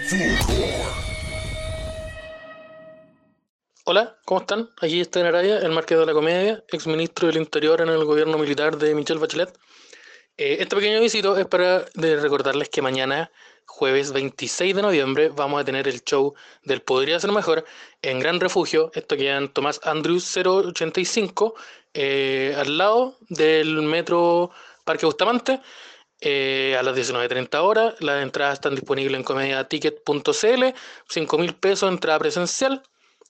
Hola, ¿cómo están? Aquí está Araya, el Marqués de la Comedia, exministro del Interior en el gobierno militar de Michelle Bachelet. Este pequeño visito es para recordarles que mañana, jueves 26 de noviembre, vamos a tener el show del Podría Ser Mejor en Gran Refugio. Esto queda en Tomás Andrews 085, al lado del metro Parque Bustamante, a las 19:30 horas. Las entradas están disponibles en comediaticket.cl, 5.000 pesos entrada presencial.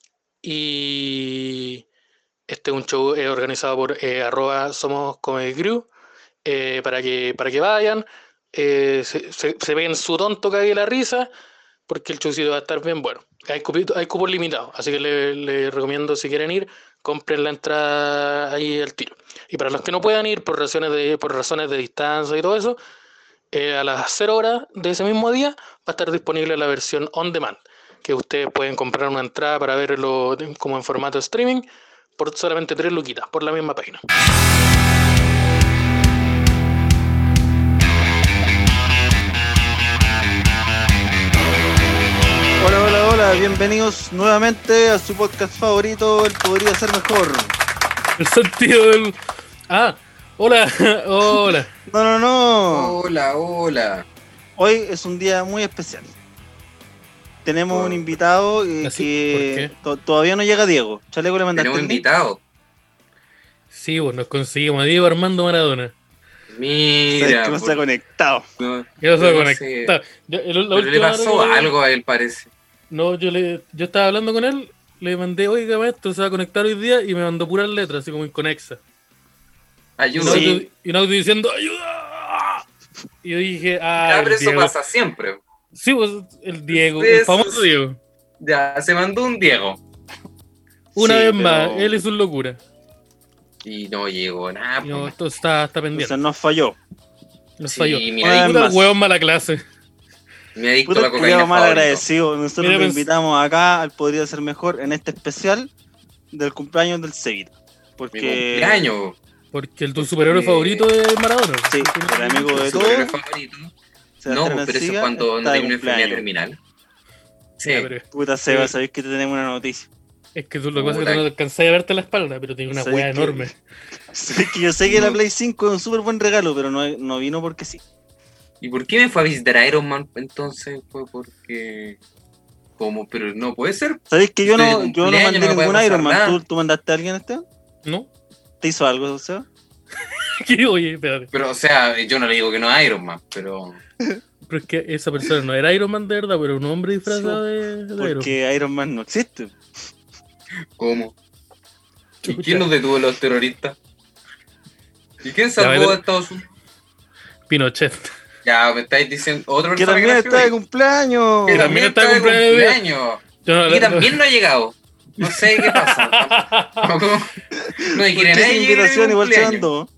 Y este es un show organizado por @somos Comedy Crew, para que vayan, se ven su tonto cague la risa, porque el showcito va a estar bien bueno. Hay cupos limitados, así que les recomiendo, si quieren ir, compren la entrada ahí al tiro. Y para los que no puedan ir por razones de distancia y todo eso, a las 0 horas de ese mismo día va a estar disponible la versión on demand, que ustedes pueden comprar una entrada para verlo como en formato streaming por solamente 3 luquitas, por la misma página. Hola, bienvenidos nuevamente a su podcast favorito, El Podría Ser Mejor. El sentido del... hola. No. Hola. Hoy es un día muy especial. Tenemos un invitado que todavía no llega Diego. Chaleco, le mandaste. Tenemos invitado. Sí, pues nos conseguimos a Diego Armando Maradona. Mira. Que no se ha conectado. Ya no se ha conectado. Pero le pasó algo a él, parece. No, yo estaba hablando con él, le mandé, oiga maestro, se va a conectar hoy día, y me mandó puras letras, así como inconexa. Ayuda. Y un audio diciendo, ¡ayuda! Y yo dije, pero eso pasa siempre. Sí, pues el Diego, el famoso Diego. Ya, se mandó un Diego. Una vez más, él es un locura. Y no llegó nada. No, esto está pendiente. O sea, nos falló. Puta, el huevón mala clase. Me adicto a la cocaína. Mal agradecido. Nosotros lo Mira, invitamos acá al Podría Ser Mejor en este especial del cumpleaños del Cevita. Porque... Mi cumpleaños. Porque tu superhéroe favorito es Maradona. Sí, el amigo de todos. Favorito. No, pero eso es cuando no tengo una enfermedad terminal. Sí. Puta Seba, sabéis que te tenemos una noticia. Es que tú lo que pasa es que tú no alcanzás a verte la espalda, pero tiene una hueá enorme. Es que yo sé que la Play 5 es un súper buen regalo, pero no vino porque sí. ¿Y por qué me fue a visitar a Iron Man entonces? Fue porque... ¿Cómo? Pero no puede ser. ¿Sabéis que yo no mandé ningún Iron Man? ¿Tú mandaste a alguien este? ¿No? ¿Te hizo algo, Seba? Oye, espérate. Pero, o sea, yo no le digo que no es Iron Man, pero... Pero es que esa persona no era Iron Man de verdad, pero un hombre disfrazado de Iron Man. Porque Iron Man no existe. ¿Cómo? ¿Y quién nos detuvo los terroristas? ¿Y quién salvó a Estados Unidos? Pinochet. Ya, me estáis diciendo otro que también está de cumpleaños. Que también está de cumpleaños. Y también no ha llegado. No sé qué pasa. No hay que nadie invitación igual se mandó.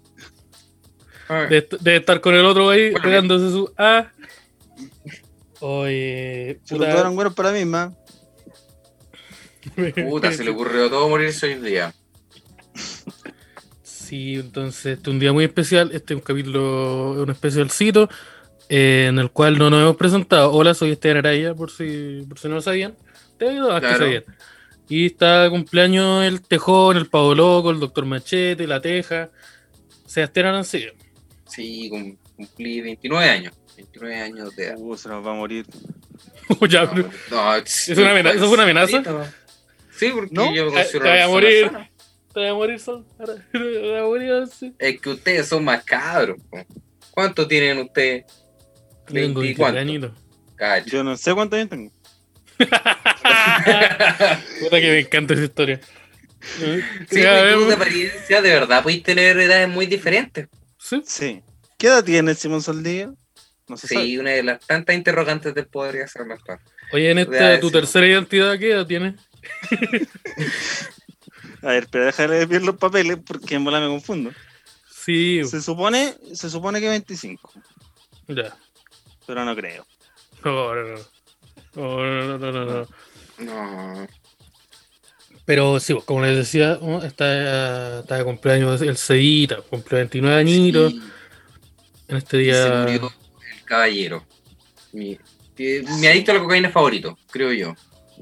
Debe estar con el otro ahí pegándose su Oye, se lo quedaron buenos para la misma. Puta, se le ocurrió todo morirse hoy día. Sí, entonces este es un día muy especial. Este es un capítulo, un especialcito, en el cual no nos hemos presentado. Hola, soy Esteban Araya, por si no lo sabían. Te ayudo a que sabían. Y está de cumpleaños el Tejón, el Pavo Loco, el Doctor Machete, la Teja, Sebastián Arancibia. Sí, cumplí 29 años. 29 años de edad. Se nos va a morir. ¿Es una amenaza? ¿Eso fue una amenaza? Sí, porque yo me considero... Te voy a morir. Te voy a morir, Sol. Te voy a morir, sí. Es que ustedes son más cabros. ¿Cuánto tienen ustedes? 20 y cuánto. Yo no sé cuántos años tengo. Puta que me encanta esa historia. Sí, tú de apariencia de verdad podéis tener edades muy diferentes. Sí. ¿Qué edad tiene Simón Soldillo? No sé. Sí, una de las tantas interrogantes del Podría Ser Mejor. Oye, en esta, tu tercera identidad, ¿qué edad tienes? A ver, pero déjale ver los papeles porque en bola me confundo. Sí. Se supone que 25. Ya. Pero no creo. No. Pero sí, como les decía, está de cumpleaños el Cevita, cumple 29 añitos. Sí. En este día. Y se murió el caballero. Mi adicto a la cocaína favorito, creo yo.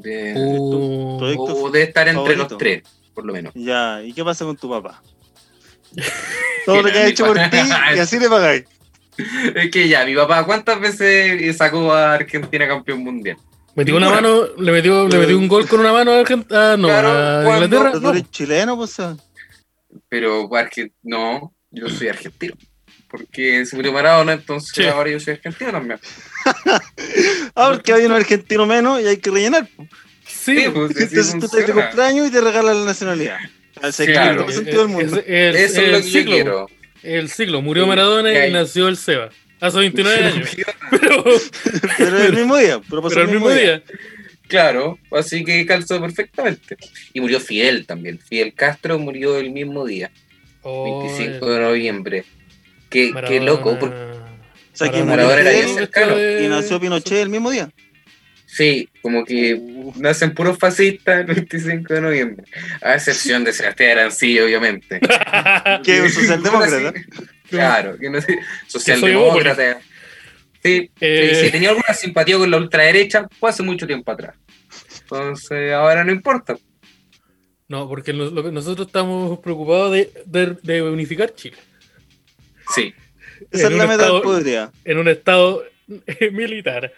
O debe estar entre favorito. los 3, por lo menos. Ya, ¿y qué pasa con tu papá? Todo lo que ha hecho por ti y así le pagáis. Es que ya, mi papá, ¿cuántas veces sacó a Argentina campeón mundial? Metió una mano, le metió un gol con una mano a Argentina. No, Claro, a cuando- Inglaterra. ¿Tú No. eres chileno, pues? Pero no, yo soy argentino. Porque se murió Maradona, entonces Sí. ahora yo soy argentino también. Porque hay un argentino menos y hay que rellenar. Sí, pues, así Entonces tú estás de funciona. cumpleaños y te regalan la nacionalidad. Al Claro. secreto, en todo el mundo. Eso es lo que yo quiero. El siglo. Murió Sí, Maradona y y ahí- nació el Seba. Hace 29 años. Pero Pero el mismo día. Pero pasó el mismo día. Claro, así que calzó perfectamente. Y murió Fidel también. Fidel Castro murió el mismo día, Oh, 25 de noviembre. Qué Maradona. loco. Porque, O sea, que Maradona murió era Fidel bien cercano. y nació Pinochet el mismo día. sí, como que nacen puros fascistas el 25 de noviembre. A excepción de Sebastián Arancillo, obviamente. Que es un socialdemócrata. Claro, que no sé, socialdemócrata. Sí, sí, tenía alguna simpatía con la ultraderecha, fue hace mucho tiempo atrás. Entonces, ahora no importa. No, porque nosotros estamos preocupados de unificar Chile. Sí, Esa En es la un meta del estado- poder. En un estado militar.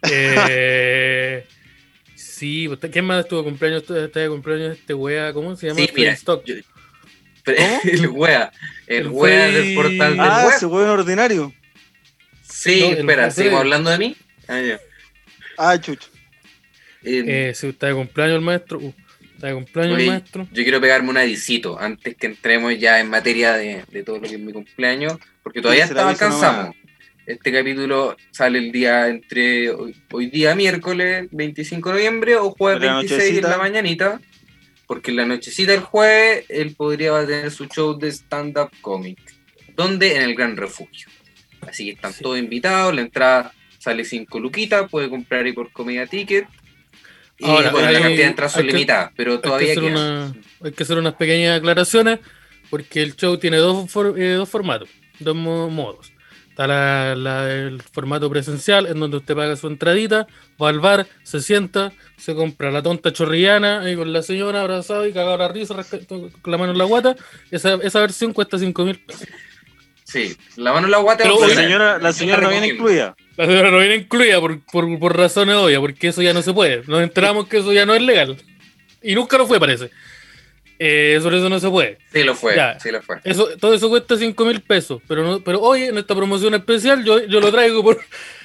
Sí, ¿quién más estuvo de cumpleaños? Está de cumpleaños este wea, ¿cómo se llama? sí, mira. Stock. El wea El wea Frey- del portal del Ah, web. ese hueón ordinario. Sí, No, el espera, Frey. ¿seguimos hablando de mí? Ya. Ah, chucho. Sí, está de cumpleaños el maestro. Está de cumpleaños Oye, el maestro. yo quiero pegarme un avisito antes que entremos ya en materia de todo lo que es mi cumpleaños, porque todavía Sí, se la aviso alcanzamos. Este capítulo sale el día entre hoy día miércoles 25 de noviembre o jueves Pero la 26 en la nochecita. mañanita, porque en la nochecita del jueves él podría tener su show de stand-up comic. ¿Dónde? En el Gran Refugio. Así que están Sí. todos invitados, la entrada sale 5 luquitas, puede comprar ahí por Comedia Ticket. Y Ahora, bueno, la hay- cantidad de entradas son hay que- limitadas, pero todavía quedan. Hay que hacer unas pequeñas aclaraciones porque el show tiene dos formatos, dos modos. Está el formato presencial en donde usted paga su entradita, va al bar, se sienta, se compra la tonta chorrillana ahí con la señora abrazada y cagado la risa con la mano en la guata. Esa versión cuesta 5.000 pesos. Sí, la mano en la guata. Pero va a La oye, poner. señora no viene incluida. La señora no viene incluida por razones obvias, porque eso ya no se puede. Nos enteramos que eso ya no es legal. Y nunca lo fue, parece. Sobre eso no se puede. Sí lo fue, Ya. sí lo fue. Todo eso cuesta 5.000 pesos. Pero hoy, en esta promoción especial, yo lo traigo por.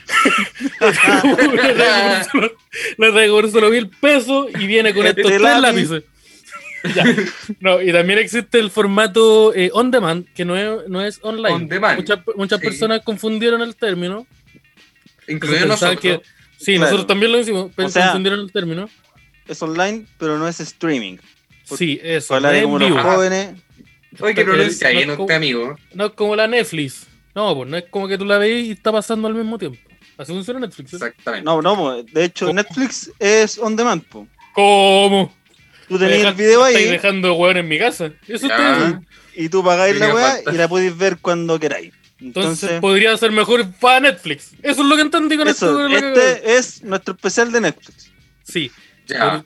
lo traigo por solo 1.000 pesos y viene con estos Este 3 lápiz. lápices. Ya. No, y también existe el formato on demand, que no es online. On demand, Muchas sí. personas confundieron el término. Incluido Pensaban nosotros. sí, Claro. nosotros también lo hicimos, pero O sea, confundieron el término. Es online, pero no es streaming. Sí, eso. Para No es de como en vivo. los jóvenes. Oye, que pronuncia ahí no en es como- usted, amigo. No es como la Netflix. No, pues no es como que tú la veis y está pasando al mismo tiempo. Así funciona Netflix. ¿eh? Exactamente. No, de hecho, Netflix es on demand. Po. ¿Cómo? Tú tenés el video Estáis ahí dejando weón en mi casa. Eso Ya. ustedes- y tú pagáis la Tenía weá falta. y la podéis ver cuando queráis. Entonces Entonces, podría ser mejor para Netflix. Eso es lo que entendí con eso, esto. este es nuestro especial de Netflix. Sí. Ya.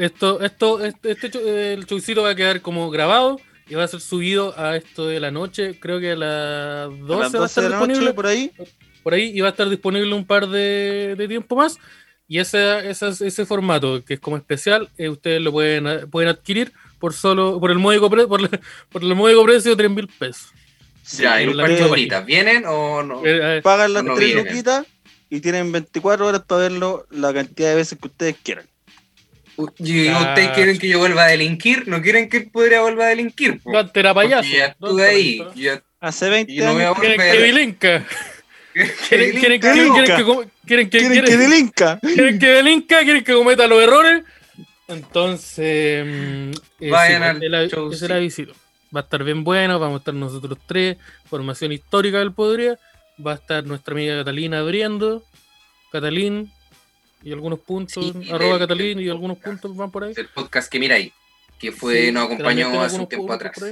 El showcito va a quedar como grabado y va a ser subido a esto de la noche. Creo que a las 12 A las va a 12 estar de la disponible. noche, por ahí. Por ahí y va a estar disponible un par de tiempo más. Y ese formato que es como especial, ustedes lo pueden adquirir por el módico precio de 3.000 pesos. Ya, y en un la par de misma horitas. ¿Vienen o no? Pagan las No 3 vienen. luquitas y tienen 24 horas para verlo la cantidad de veces que ustedes quieran. Y Ah. ustedes quieren que yo vuelva a delinquir, no quieren que podría volver a delinquir. Po. No, antes era payaso. Porque ya No, estuve ahí. pero- Ya, Hace 20 y no voy a años ¿Quieren que volver. delinca? ¿Quieren que delinca. quieren que quieren que delinca. quieren que delinca? ¿Quieren que cometa los errores? Entonces, Vayan sí, al show, ese sí. la visita. Va a estar bien bueno, vamos a estar nosotros tres, formación histórica del Podría, va a estar nuestra amiga Catalina abriendo, Catalín y algunos puntos, Sí, arroba Catalín y algunos puntos van por ahí. El podcast que mira ahí, que fue, Sí, nos que también acompañó tiene hace un algunos tiempo puntos atrás. por ahí.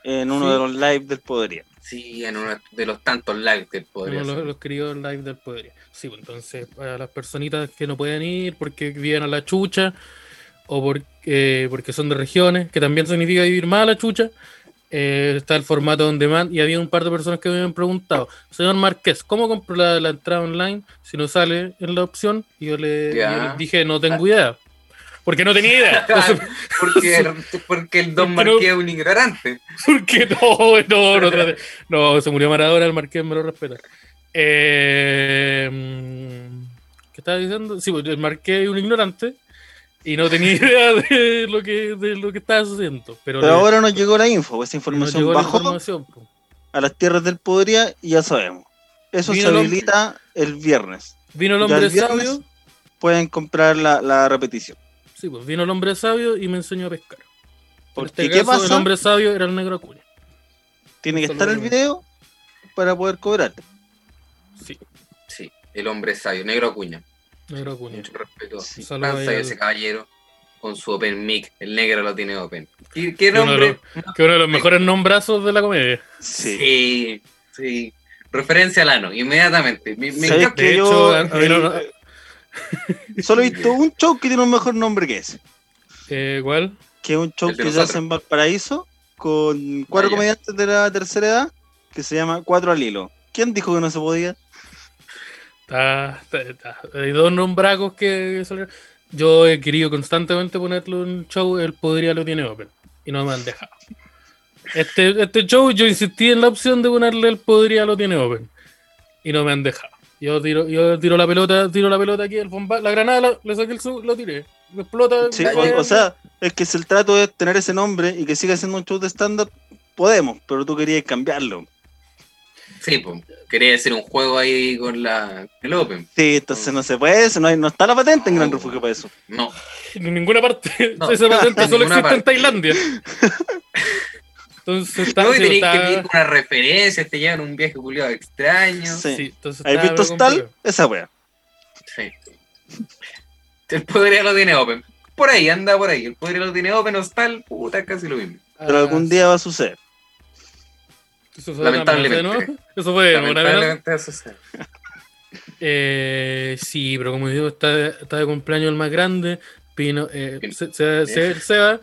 en uno de los lives del Podría. Sí, en uno de los tantos lives del Podría. Los queridos lives del Podría. Sí, pues entonces, para las personitas que no pueden ir porque viven a la chucha o porque son de regiones, que también significa vivir más a la chucha, está el formato on demand. Y había un par de personas que me habían preguntado: señor Márquez, ¿cómo compro la entrada online si no sale en la opción? Y yo les dije: no tengo idea. Porque no tenía idea. Entonces, porque el don Marqués es un ignorante. Porque no, se murió Maradona, el Marqués me lo respeta. ¿Qué estaba diciendo? Sí, pues el Marqués es un ignorante y no tenía idea de lo que estaba sucediendo. Pero ahora nos llegó la info, esa información bajó a las tierras del Podría y ya sabemos. Eso se habilita el viernes. Vino el hombre sabio. Pueden comprar la repetición. Sí, pues vino el hombre sabio y me enseñó a pescar. Porque ¿qué pasa? El hombre sabio era el Negro Acuña. Tiene que estar el video para poder cobrar. Sí, el hombre sabio, Negro Acuña. Negro Acuña. Mucho respeto. Sí. Tan sabio ese caballero con su open mic. El negro lo tiene open. ¿Qué nombre? Que uno de los mejores nombrazos de la comedia. Sí. Referencia al ano, inmediatamente. Me encanta. Que yo solo he visto un show que tiene un mejor nombre que ese. ¿Cuál? Que es un show que se hace en Valparaíso con 4 comediantes de la tercera edad que se llama 4 al hilo. ¿Quién dijo que no se podía? Hay 2 nombracos que salieron. Yo he querido constantemente ponerle un show, el Podría lo tiene open, y no me han dejado. Este show yo insistí en la opción de ponerle el Podría lo tiene open, y no me han dejado. Yo tiro la pelota aquí, la granada, le saqué lo tiré. Me explota. Sí, o sea, es que si el trato es tener ese nombre y que siga siendo un show de stand-up, podemos, pero tú querías cambiarlo. Sí, pues, quería hacer un juego ahí con el Open. Sí, entonces no se puede, no está la patente en Gran Refugio para eso. No. En ninguna parte. Esa patente solo existe en Tailandia. Entonces no, tenéis que pedir una referencia, te llevan un viaje culiado extraño. Sí. ¿Has visto Hostal? Esa wea. Sí. El Podría lo tiene open. Por ahí, anda por ahí. El Podría lo tiene open, Hostal, puta, casi lo mismo. Pero algún día va a suceder. Lamentablemente. Eso fue lamentablemente eso sucede. Sí, pero como digo, está de cumpleaños el más grande, Pino, Seba.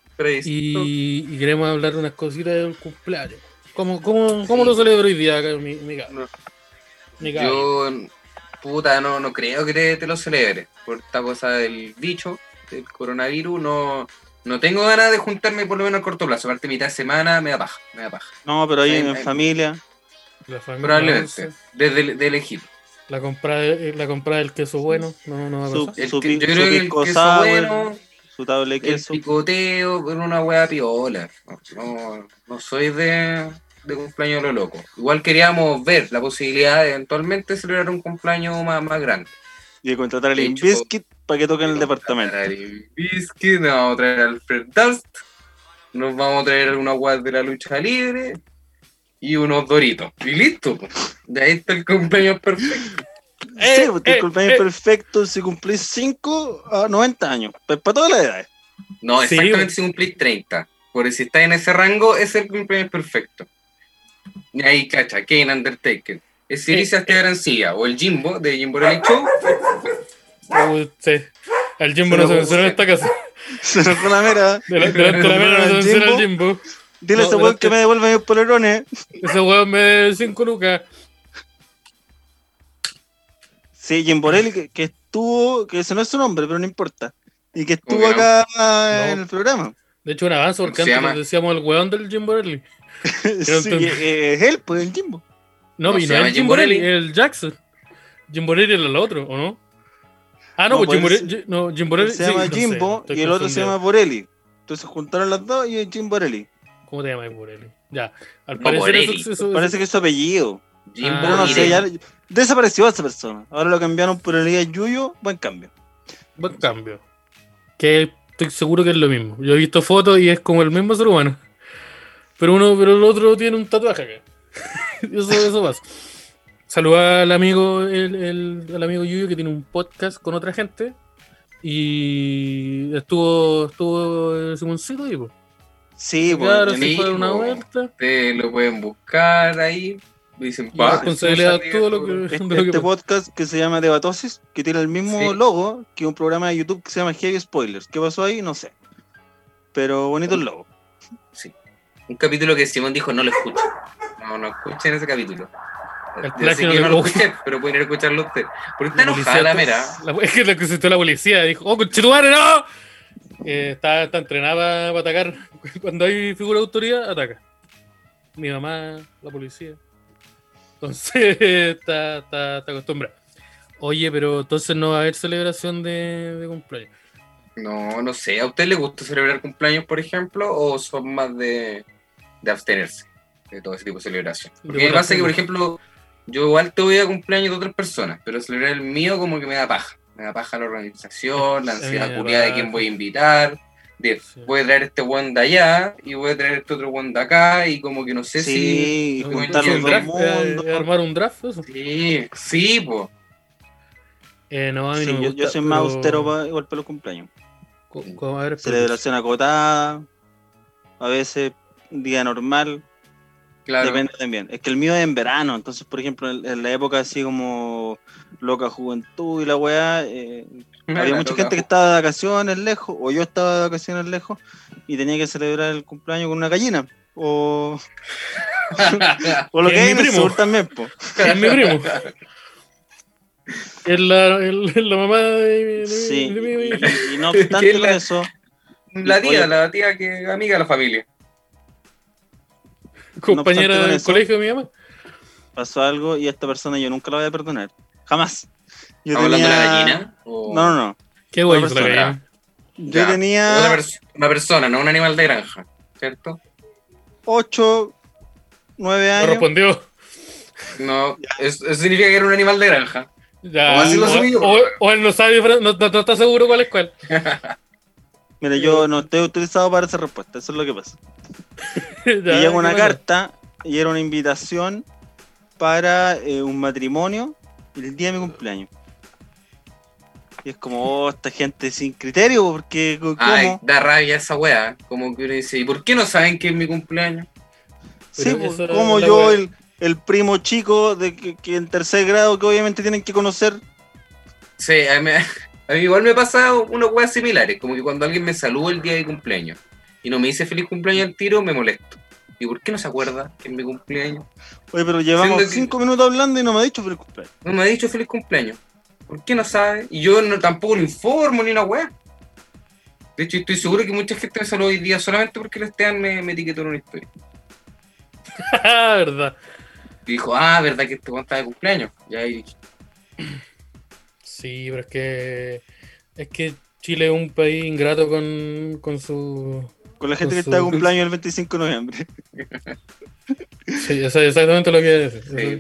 Y queremos hablar de unas cositas del cumpleaños. ¿Cómo lo celebro hoy día, mi cabrón? Yo, puta, no creo que te lo celebres. Por esta cosa del bicho, del coronavirus, no tengo ganas de juntarme por lo menos a corto plazo. Aparte, mitad de semana me da paja. No, pero ahí en familia. Probablemente, desde elegir. La compra del queso bueno, no va a pasar. Yo creo que el queso bueno, su tabla de queso. El picoteo, con una hueá piola. No soy de cumpleaños lo loco. Igual queríamos ver la posibilidad de eventualmente celebrar un cumpleaños más grande. Y de contratar al Limp Bizkit para que toque en el departamento. Nos vamos a traer al Fred Dust, nos vamos a traer alguna guas de la lucha libre y unos doritos. Y listo. De ahí está el cumpleaños perfecto. Sí, el cumpleaños perfecto si cumplís 5 a 90 años. Pues para todas las edades. No, exactamente si cumplís 30. Porque si estás en ese rango, es el cumpleaños perfecto. Y ahí, cacha, Kane Undertaker. Es Sirisa Arancilla o el Jimbo de Jimbo Relay Show. Sí. El Jimbo no se menciona en esta casa. Se nos fue la mera. Delante de la mera no se menciona el Jimbo. Dile a ese weón que me devuelva mis polerones. Ese weón me debe 5 lucas. Sí, Jimborelli que estuvo, que ese no es su nombre, pero no importa. Y que estuvo acá en el programa. De hecho, un avance porque antes decíamos el weón del Jimborelli. Sí, es él, pues el Jimbo. No, y no es el Jimborelli, es el Jackson. Jimborelli era el otro, ¿o no? Ah, no, pues Jimborelli se llama Jimbo y el otro se llama Borelli. Entonces juntaron las dos y es Jimborelli. ¿Cómo te llamas Borelli? Ya, al parecer eso parece que es su apellido. Pero no sé, ya desapareció esa persona. Ahora lo cambiaron por Elías Yuyo, buen cambio. Buen cambio. Que estoy seguro que es lo mismo. Yo he visto fotos y es como el mismo ser humano. Pero el otro tiene un tatuaje acá. Eso pasa. Saluda al amigo al amigo Yuyo que tiene un podcast con otra gente y estuvo Simoncito ahí, pues. Sí, claro, pues, si fue una vuelta. Ustedes lo pueden buscar ahí. Dicen, La responsabilidad de todo lo que. Este podcast que se llama Debatosis, que tiene el mismo logo que un programa de YouTube que se llama Heavy Spoilers. ¿Qué pasó ahí? No sé. Pero bonito el logo. Sí. Un capítulo que Simón dijo no lo escucho. No escuchen ese capítulo. Yo sé que yo no lo escuché, pero pueden ir a escucharlo ustedes. Porque está enojada la mera. Es que lo que se la policía dijo, ¡oh, conchetumare, no! Está entrenada para atacar. Cuando hay figura de autoridad, ataca. Mi mamá, la policía. Entonces, está acostumbrada. Oye, pero entonces no va a haber celebración de cumpleaños. No sé. ¿A usted le gusta celebrar cumpleaños, por ejemplo? ¿O son más de abstenerse de todo ese tipo de celebración? Porque me pasa que, por ejemplo, yo igual te voy a cumpleaños de otras personas, pero celebrar el mío como que me da paja. Me da paja la organización, la ansiedad culiada de quién voy a invitar. Voy a traer este buen de allá y voy a traer este otro buen de acá y como que no sé si juntarlo en el mundo. Armar un draft, eso. Sí, pues. No, a mí no me gusta, yo soy más austero igual para los cumpleaños. Celebración acotada, a veces día normal. Claro. Depende también. Es que el mío es en verano, entonces, por ejemplo, en la época así como loca juventud y la weá, había mucha gente que estaba de vacaciones lejos, o yo estaba de vacaciones lejos, y tenía que celebrar el cumpleaños con una gallina. O lo que hay en el sur también, po. Es mi primo. Es la mamá de sí, y no obstante con eso. La tía que es amiga de la familia. Compañera del colegio de mi mamá. Pasó algo y a esta persona yo nunca la voy a perdonar. Jamás. ¿Estás hablando de la gallina? ¿O? No. ¿Qué guay es la gallina? Yo tenía... Una persona, no un animal de granja, ¿cierto? 8, 9 años. No respondió. No, eso significa que era un animal de granja. Ya, o él no sabe, no está seguro cuál es cuál. Mira, yo no estoy utilizado para esa respuesta, eso es lo que pasa. Y llega una carta y era una invitación para un matrimonio el día de mi cumpleaños. Y es como, esta gente sin criterio, porque ¿cómo? Ay, da rabia esa weá. Como que uno dice, ¿y por qué no saben que es mi cumpleaños? Sí, pues, como yo, el primo chico de que en tercer grado, que obviamente tienen que conocer. Sí, a mí igual me pasa unas weas similares, como que cuando alguien me saluda el día de cumpleaños y no me dice feliz cumpleaños al tiro, me molesto. ¿Y por qué no se acuerda que es mi cumpleaños? Oye, pero llevamos 5 minutos hablando y no me ha dicho feliz cumpleaños. No me ha dicho feliz cumpleaños. ¿Por qué no sabe? Y yo tampoco lo informo ni una wea. De hecho, estoy seguro que mucha gente me saludó hoy día solamente porque el Esteban me etiquetó en una historia. Verdad. Y dijo, verdad que este está de cumpleaños. Ya ahí dije. Sí, pero es que Chile es un país ingrato con su... Con la gente que está de cumpleaños el 25 de noviembre. Sí, eso es exactamente lo que es. Sí.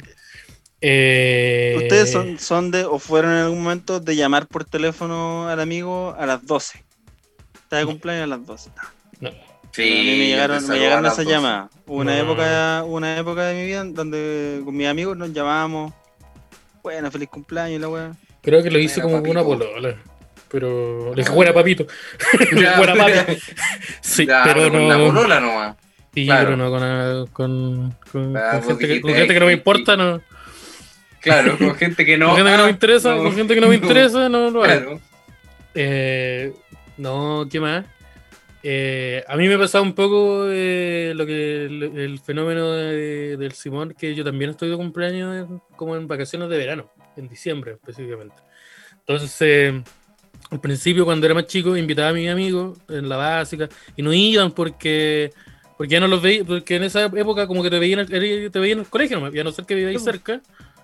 ¿Ustedes son de, o fueron en algún momento de llamar por teléfono al amigo a las 12? Está de cumpleaños a las 12. No. Sí, a mí me llegaron esas llamadas. Hubo una época de mi vida donde con mis amigos nos llamábamos. Bueno, feliz cumpleaños, la weá. Creo que lo hice como con una polola. Pero le dije, buena papito. Buena papi. Sí, ya, pero con no. La polola nomás. Sí, claro. Pero no con gente que no me importa, no. Claro, con gente que no. Con gente que no me interesa, con gente que no me interesa, no lo hago. Claro. No, ¿qué más? A mí me pasaba un poco el fenómeno del Simón, que yo también estoy de cumpleaños como en vacaciones de verano, en diciembre específicamente. Entonces, al principio cuando era más chico, invitaba a mis amigos en la básica y no iban porque ya no los veía, porque en esa época como que te veían en el colegio nomás, y a no ser que vivíais cerca,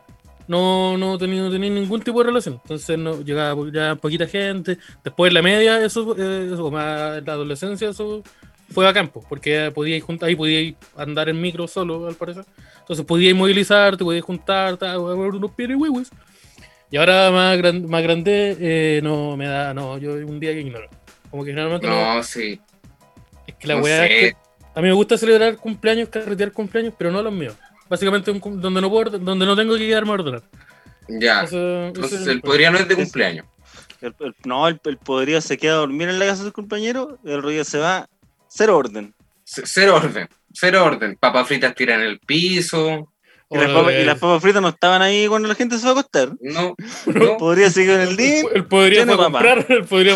no tenía ningún tipo de relación. Entonces no llegaba ya poquita gente. Después en la media, eso más en la adolescencia, eso fue a campo, porque podíais juntar, ahí podíais andar en micro solo, al parecer. Entonces podíais movilizarte, podíais juntar, unos pirihuihuis. Y ahora más grande, no me da, yo un día que ignoro. Como que generalmente no. Sí. Es que la weá es que a mí me gusta celebrar cumpleaños, carretear cumpleaños, pero no los míos. Básicamente donde no tengo que quedarme a ordenar. Ya. Entonces el podría no es de cumpleaños. El podría se queda a dormir en la casa de sus compañeros, el rollo se va, cero orden. Cero orden. Papas fritas tiran en el piso. Y las papas fritas no estaban ahí cuando la gente se va a acostar. No. Podría seguir en el día. Él podría comprar. Él podría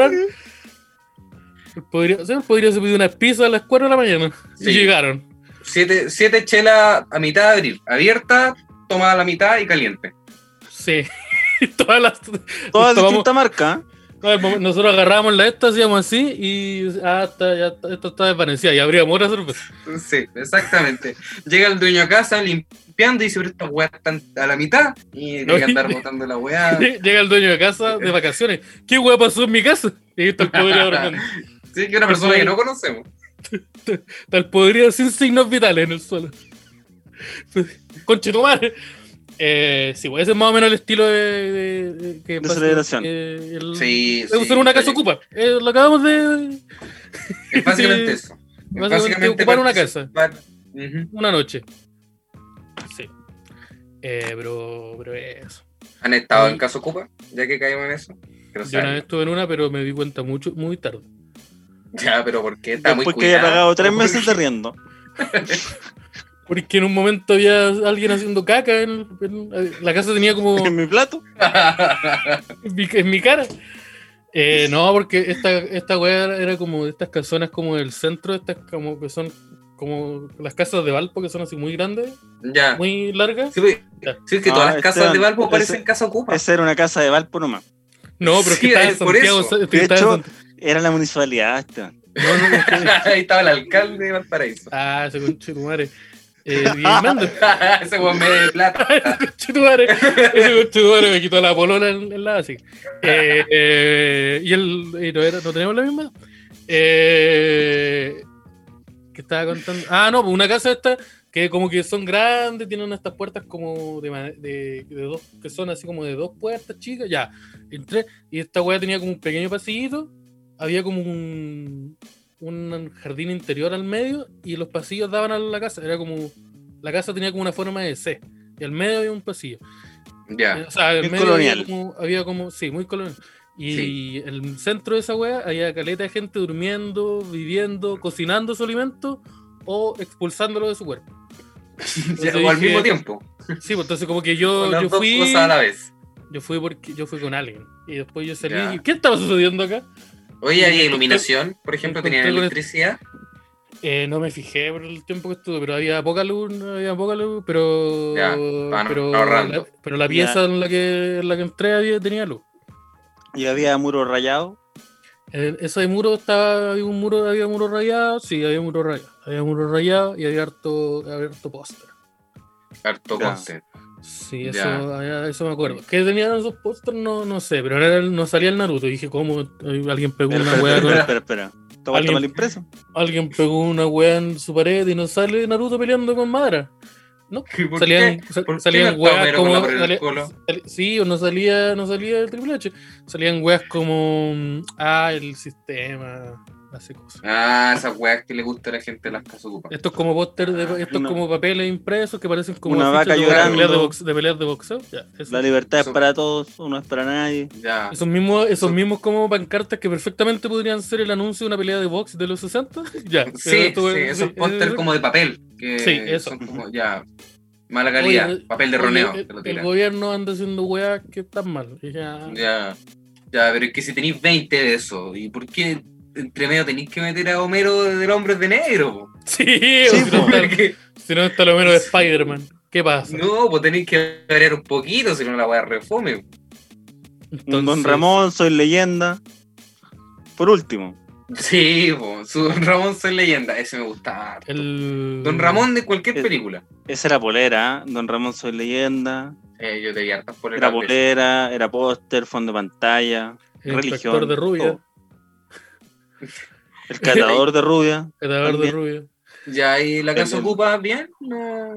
se pidió unas pizzas a las 4 de la mañana. Sí. Y llegaron. 7 chelas a mitad de abril. Abierta, tomada a la mitad y caliente. Sí. Todas de distinta marca. Nosotros agarrábamos la esta, hacíamos así y esto está desvanecida y abríamos otra cerveza. Sí, exactamente. Llega el dueño a casa limpiando y dice, pero estas weas están a la mitad y hay que andar botando la wea. Llega el dueño de casa de vacaciones. ¿Qué wea pasó en mi casa? Y ahí está el podrido durmiendo. Sí, que una persona que no conocemos. Está el podrido sin signos vitales en el suelo. Conche tu madre. Sí, pues ese es más o menos el estilo de celebración. Sí. Usar una casa ocupa. Lo acabamos de. Es básicamente eso. Básicamente ocupar una casa. Una noche. Sí. Pero eso. ¿Han estado en casa ocupa? Ya que caímos en eso. Yo una vez estuve en una, pero me di cuenta muy tarde. Ya, pero ¿por qué? Está muy cuidado. Porque había pagado 3 meses de arriendo. Porque en un momento había alguien haciendo caca la casa tenía como... ¿En mi plato? en mi cara. No, porque esta weá era como de estas casonas como del centro, estas como que son como las casas de Valpo, que son así muy grandes, ya, muy largas. Sí, es que todas las casas de Valpo parecen casa ocupa. Esa era una casa de Valpo nomás. No, pero sí, que estaba en Santiago. De hecho, era la municipalidad, Esteban. Ahí estaba el alcalde de Valparaíso. Ese conche tu madre. Ese weón me de plata. Ese conchetumare me quitó la polola en la así. Y no tenemos la misma. ¿Qué estaba contando? No, pues una casa esta que como que son grandes, tienen estas puertas como de dos, que son así como de 2 puertas chicas. Ya, entré y esta weá tenía como un pequeño pasillito, había como un jardín interior al medio y los pasillos daban a la casa. Era como, la casa tenía como una forma de C y al medio había un pasillo. Ya. O sea, al medio colonial. Había como, sí, muy colonial. Y en el centro de esa wea había caleta de gente durmiendo, viviendo, cocinando su alimento o expulsándolo de su cuerpo. O al mismo tiempo. Sí, pues entonces como que yo fui. Dos cosas a la vez. Yo fui con alguien. Y después yo salí. Ya. ¿Qué estaba sucediendo acá? Oye, ¿había iluminación? Por ejemplo, ¿tenían electricidad? No me fijé por el tiempo que estuve, pero había poca luz, pero. Ya, pero la pieza en la que entré tenía luz. ¿Y había muro rayado? Ese muro había muro rayado, sí, había muro rayado y había harto póster. Harto póster. Sí, eso me acuerdo. ¿Qué tenían esos pósters? No sé, pero no salía el Naruto. Y dije, ¿cómo? Alguien pegó una weá con... Espera. ¿Está mal impreso? Alguien pegó una weá en su pared y no sale Naruto peleando con Madara. ¿No? Salían weas como... Sí, o no salía el Triple H. Salían weas como... el sistema... Hace cosas. Esas weas que le gusta a la gente de las casas ocupadas. Esto es como póster como papeles impresos que parecen como una vaca llorando de peleas de boxeo. Ya, la libertad es para todos, no es para nadie. Ya. Esos mismos como pancartas que perfectamente podrían ser el anuncio de una pelea de box de los 60. Ya. Sí, esos póster como de papel. Que sí, eso. Son como, mala calidad, papel de roneo. El gobierno anda haciendo weas que están mal. Ya, pero es que si tenéis 20 de eso, ¿y por qué entre medio tenéis que meter a Homero del Hombres de Negro? Sí, si no está el Homero de Spider-Man. ¿Qué pasa? No, pues tenéis que variar un poquito, si no la wea refome. Entonces... Don Ramón, Soy Leyenda. Por último. Sí, su Don Ramón Soy Leyenda, ese me gustaba. Don Ramón de cualquier película. Esa era polera, Don Ramón Soy Leyenda. Yo tenía hartas poleras. Era polera, era póster, fondo de pantalla, el religión. De rubia. Todo. El catador de rubia. Ya, ¿y la casa ocupa bien? No.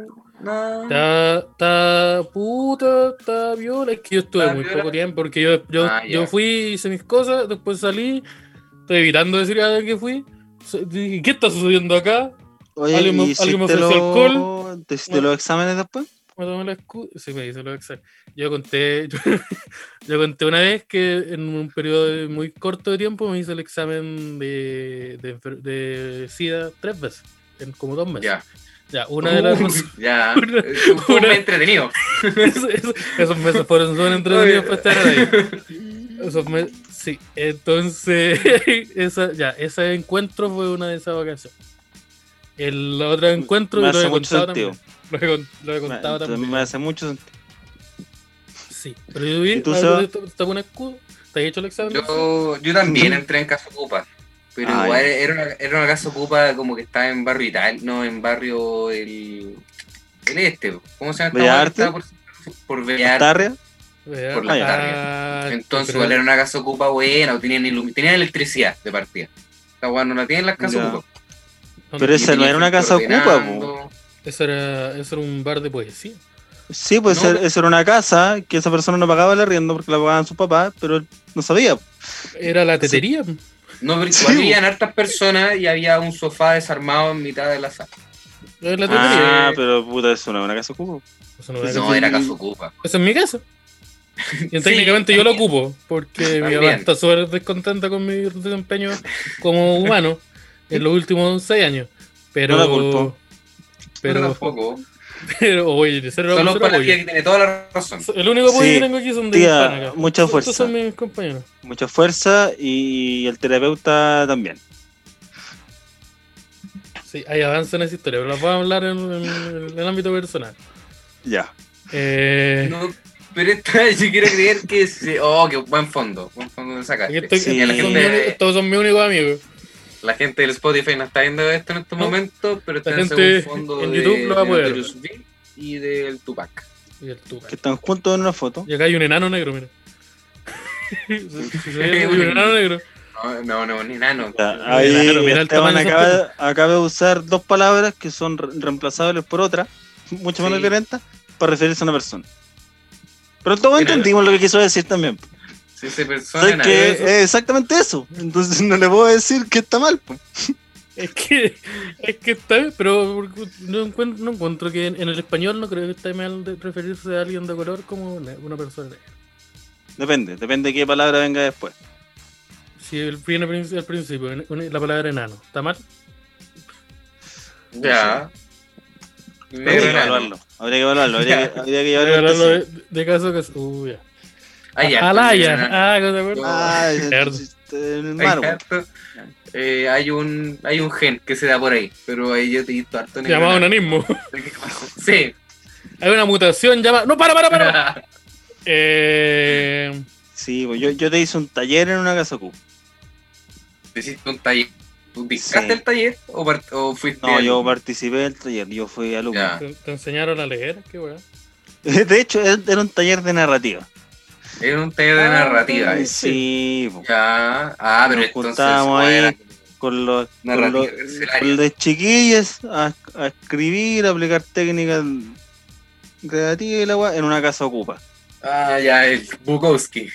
Está viola. Es que yo estuve muy poco tiempo porque yo fui, hice mis cosas, después salí. Estoy evitando decir a ver qué fui. ¿Qué está sucediendo acá? Oye, ¿alguien me ofreció alcohol? ¿Te hiciste los exámenes después? me tomé los exámenes. Sí, me hice los exámenes. Yo conté una vez que en un periodo muy corto de tiempo me hice el examen de SIDA 3 veces, en como 2 meses. Ya, una de las cosas. Ya, fue muy entretenido. Esos meses fueron súper entretenidos para estar ahí. Sí, entonces, ese encuentro fue una de esas vacaciones. El otro encuentro me lo hace he mucho contado sentido. también. Lo he contado también. Me hace mucho sentido. Sí, pero yo vi, ¿Tú ¿estás con escudo? ¿Te has hecho el examen? Yo también entré en Casa Ocupa. Pero igual era una casa ocupa como que estaba en barrio Italia, no en barrio el este. ¿Cómo se llama? ¿Bellas Artes? Por Bellas Artes. Por la Tarria. Entonces igual era una casa ocupa buena, tenían electricidad de partida. Esta weá no la tienen las casas ocupa. Pero esa no era una casa ocupa, po. Eso era un bar de poesía. Sí, pues no, esa era una casa que esa persona no pagaba el arriendo porque la pagaban sus papás, pero él no sabía. Era la tetería. Sí. No, pero igual habían hartas personas y había un sofá desarmado en mitad de la sala. Pero puta, eso no es una casa ocupa. No, era casa ocupa. Esa es mi casa. Y técnicamente yo lo ocupo, porque mi mamá está súper descontenta con mi desempeño como humano en los últimos 6 años. Pero. No la culpo. Pero tampoco. Pero, oye, solo para la tía que tiene toda la razón. El único apoyo que tengo aquí son de tía, acá. Mucha fuerza. Estos son mis compañeros. Mucha fuerza y el terapeuta también. Sí, hay avance en esa historia, pero las voy a hablar en el ámbito personal. Ya. No, pero yo quiero creer que qué buen fondo de sacar. Estos son mis únicos amigos. La gente del Spotify no está viendo esto en estos momentos, pero está en un fondo en YouTube lo va a poder ver. Y del Tupac. Que están juntos en una foto. Y acá hay un enano negro, mira. Hay un enano negro. No, ni enano. Ahí Esteban acaba de usar 2 palabras que son reemplazables por otras, mucho menos violentas, para referirse a una persona. Pero todos entendimos lo que quiso decir también. Si esa persona es exactamente eso. Entonces no le puedo decir que está mal. Pues. Es que está bien, pero no encuentro que en el español no creo que esté mal de referirse a alguien de color como una persona negra. Depende de qué palabra venga después. Si viene al principio la palabra enano, ¿está mal? Ya. Habría que evaluarlo. Habría que llevarlo de caso que ya. Alaya. Hay un gen que se da por ahí, pero ahí yo te he visto harto llamado onanismo. Sí. Hay una mutación llamada. ¡No, para! Sí, pues yo te hice un taller en una casa ocupa. ¿Te hiciste un taller? ¿Tú dictaste el taller o fuiste? No, yo participé del taller, yo fui alumno. ¿Te enseñaron a leer? Qué weá. De hecho, era un taller de narrativa. Era un taller de narrativa. Sí. Ya. Pero nos juntábamos ahí con los chiquillos a escribir, a aplicar técnicas creativas y la weá en una casa ocupa. Ya, el Bukowski.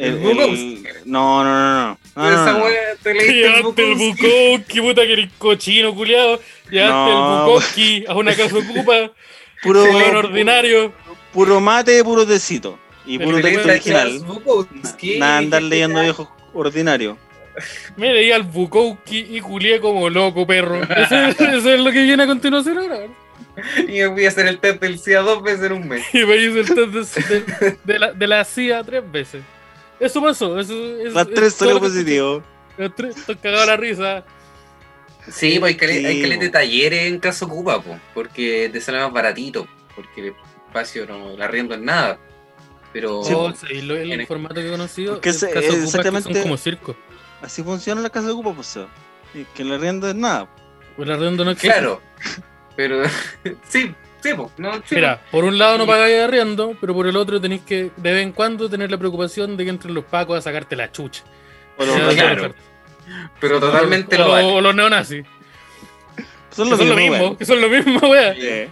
No. Esa weá te leíste el Bukowski, puta que eres cochino, culiado. Llevaste el Bukowski a una casa ocupa. Puro ordinario. Puro mate, puro tecito. Y puro texto original. Nada andar leyendo viejos ordinarios. Me leí al Bukowski y culié como loco, perro. Eso es lo que viene a continuación ahora. Y me fui a hacer el test del CIA 2 veces en un mes. Y me hice el test de la CIA 3 veces. Eso pasó. Las 3 salió positivo. Las 3, estoy cagado a la risa. Sí, pues hay que leer talleres en casa ocupa, porque te sale más baratito. Porque el espacio el arriendo es nada. Pero el formato que he conocido es exactamente son como circo. Así funciona la casa de ocupa, pues. Que el arriendo es nada. Pues el arriendo no es claro. Pero sí, pues. No, sí. Mira, por un lado no pagáis arriendo, pero por el otro tenéis que de vez en cuando tener la preocupación de que entren los pacos a sacarte la chucha. Claro. Pero totalmente lo vale. O los neonazis. Son lo mismo, wea.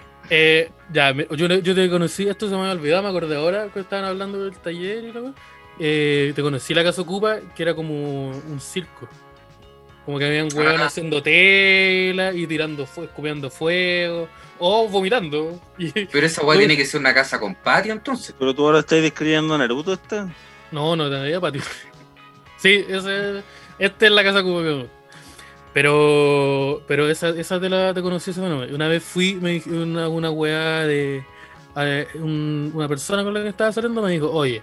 Yo te conocí, esto se me había olvidado, me acordé ahora que estaban hablando del taller y todo. Te conocí la casa ocupa, que era como un circo. Como que habían hueones haciendo tela y tirando escupiendo fuego o vomitando. Pero esa hueá tiene que ser una casa con patio entonces. Pero tú ahora estás describiendo Naruto esta. No había patio. Sí, esta es la casa como. Pero esa te conocí ese fenómeno. Una vez fui, me dije una weá de una persona con la que estaba saliendo me dijo, oye,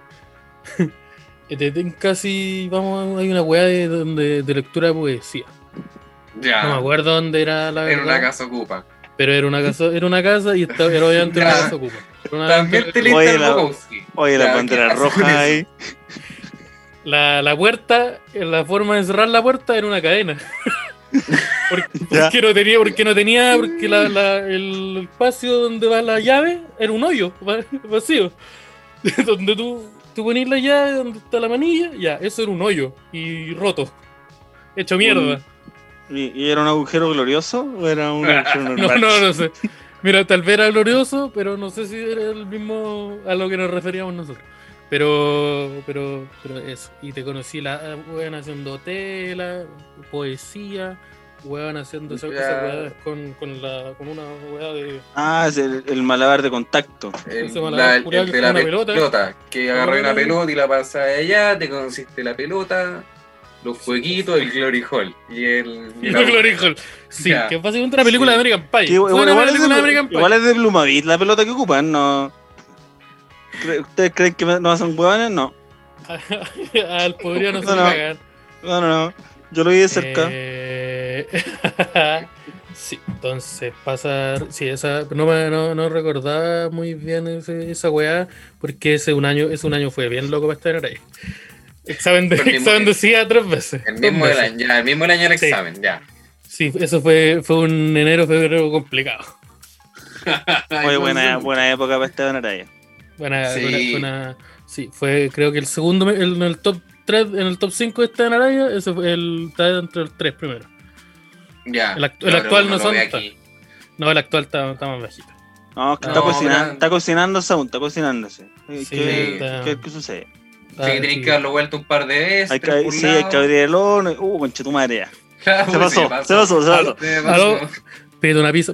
casi vamos, hay una weá de lectura de poesía. Ya. No me acuerdo dónde era la verdad. Era una casa ocupa. Pero era una casa y era obviamente una casa ocupa. También te leíste el Bukowski. Oye, la bandera roja ahí. La puerta, la forma de cerrar la puerta era una cadena. Porque el espacio donde va la llave era un hoyo vacío. Donde tú ponías la llave, donde está la manilla, ya, eso era un hoyo y roto, hecho mierda. ¿Y era un agujero glorioso o era un agujero normal? No sé. Mira, tal vez era glorioso, pero no sé si era el mismo a lo que nos referíamos nosotros. Pero eso. Y te conocí la weón haciendo tela, poesía, weón haciendo esas weas con una wea de. Ah, es el malabar de contacto. El de la pelota. Que agarré una pelota y la pasé allá, te conociste la pelota, los fueguitos, el Glory Hall. Y el Glory Hall. Sí, ya. Que es básicamente una película de American Pie. Igual es de Blumavit la pelota que ocupan, ¿no? ¿Ustedes creen que no son huevones? No. Al podría no se cagar. No. Yo lo vi de cerca. Sí, entonces pasar. Sí, esa. No recordaba muy bien esa weá. Porque ese un año fue bien loco para estar ahí. Examen decía 3 veces. El mismo del año del examen, ya. Sí, eso fue un febrero complicado. Muy buena época para estar en Araya. Sí, fue creo que el segundo en el top 3, en el top 5 está en Araya, ese fue está entre los 3 primeros. Ya. El actual no son. No, el actual está más bajito. No, que está cocinándose aún, está cocinándose. ¿Qué sucede? Sí, tenés que darlo vuelta un par de veces. Hay que abrir el horno. Conche tu madre ya. Se pasó. Pide una pizza.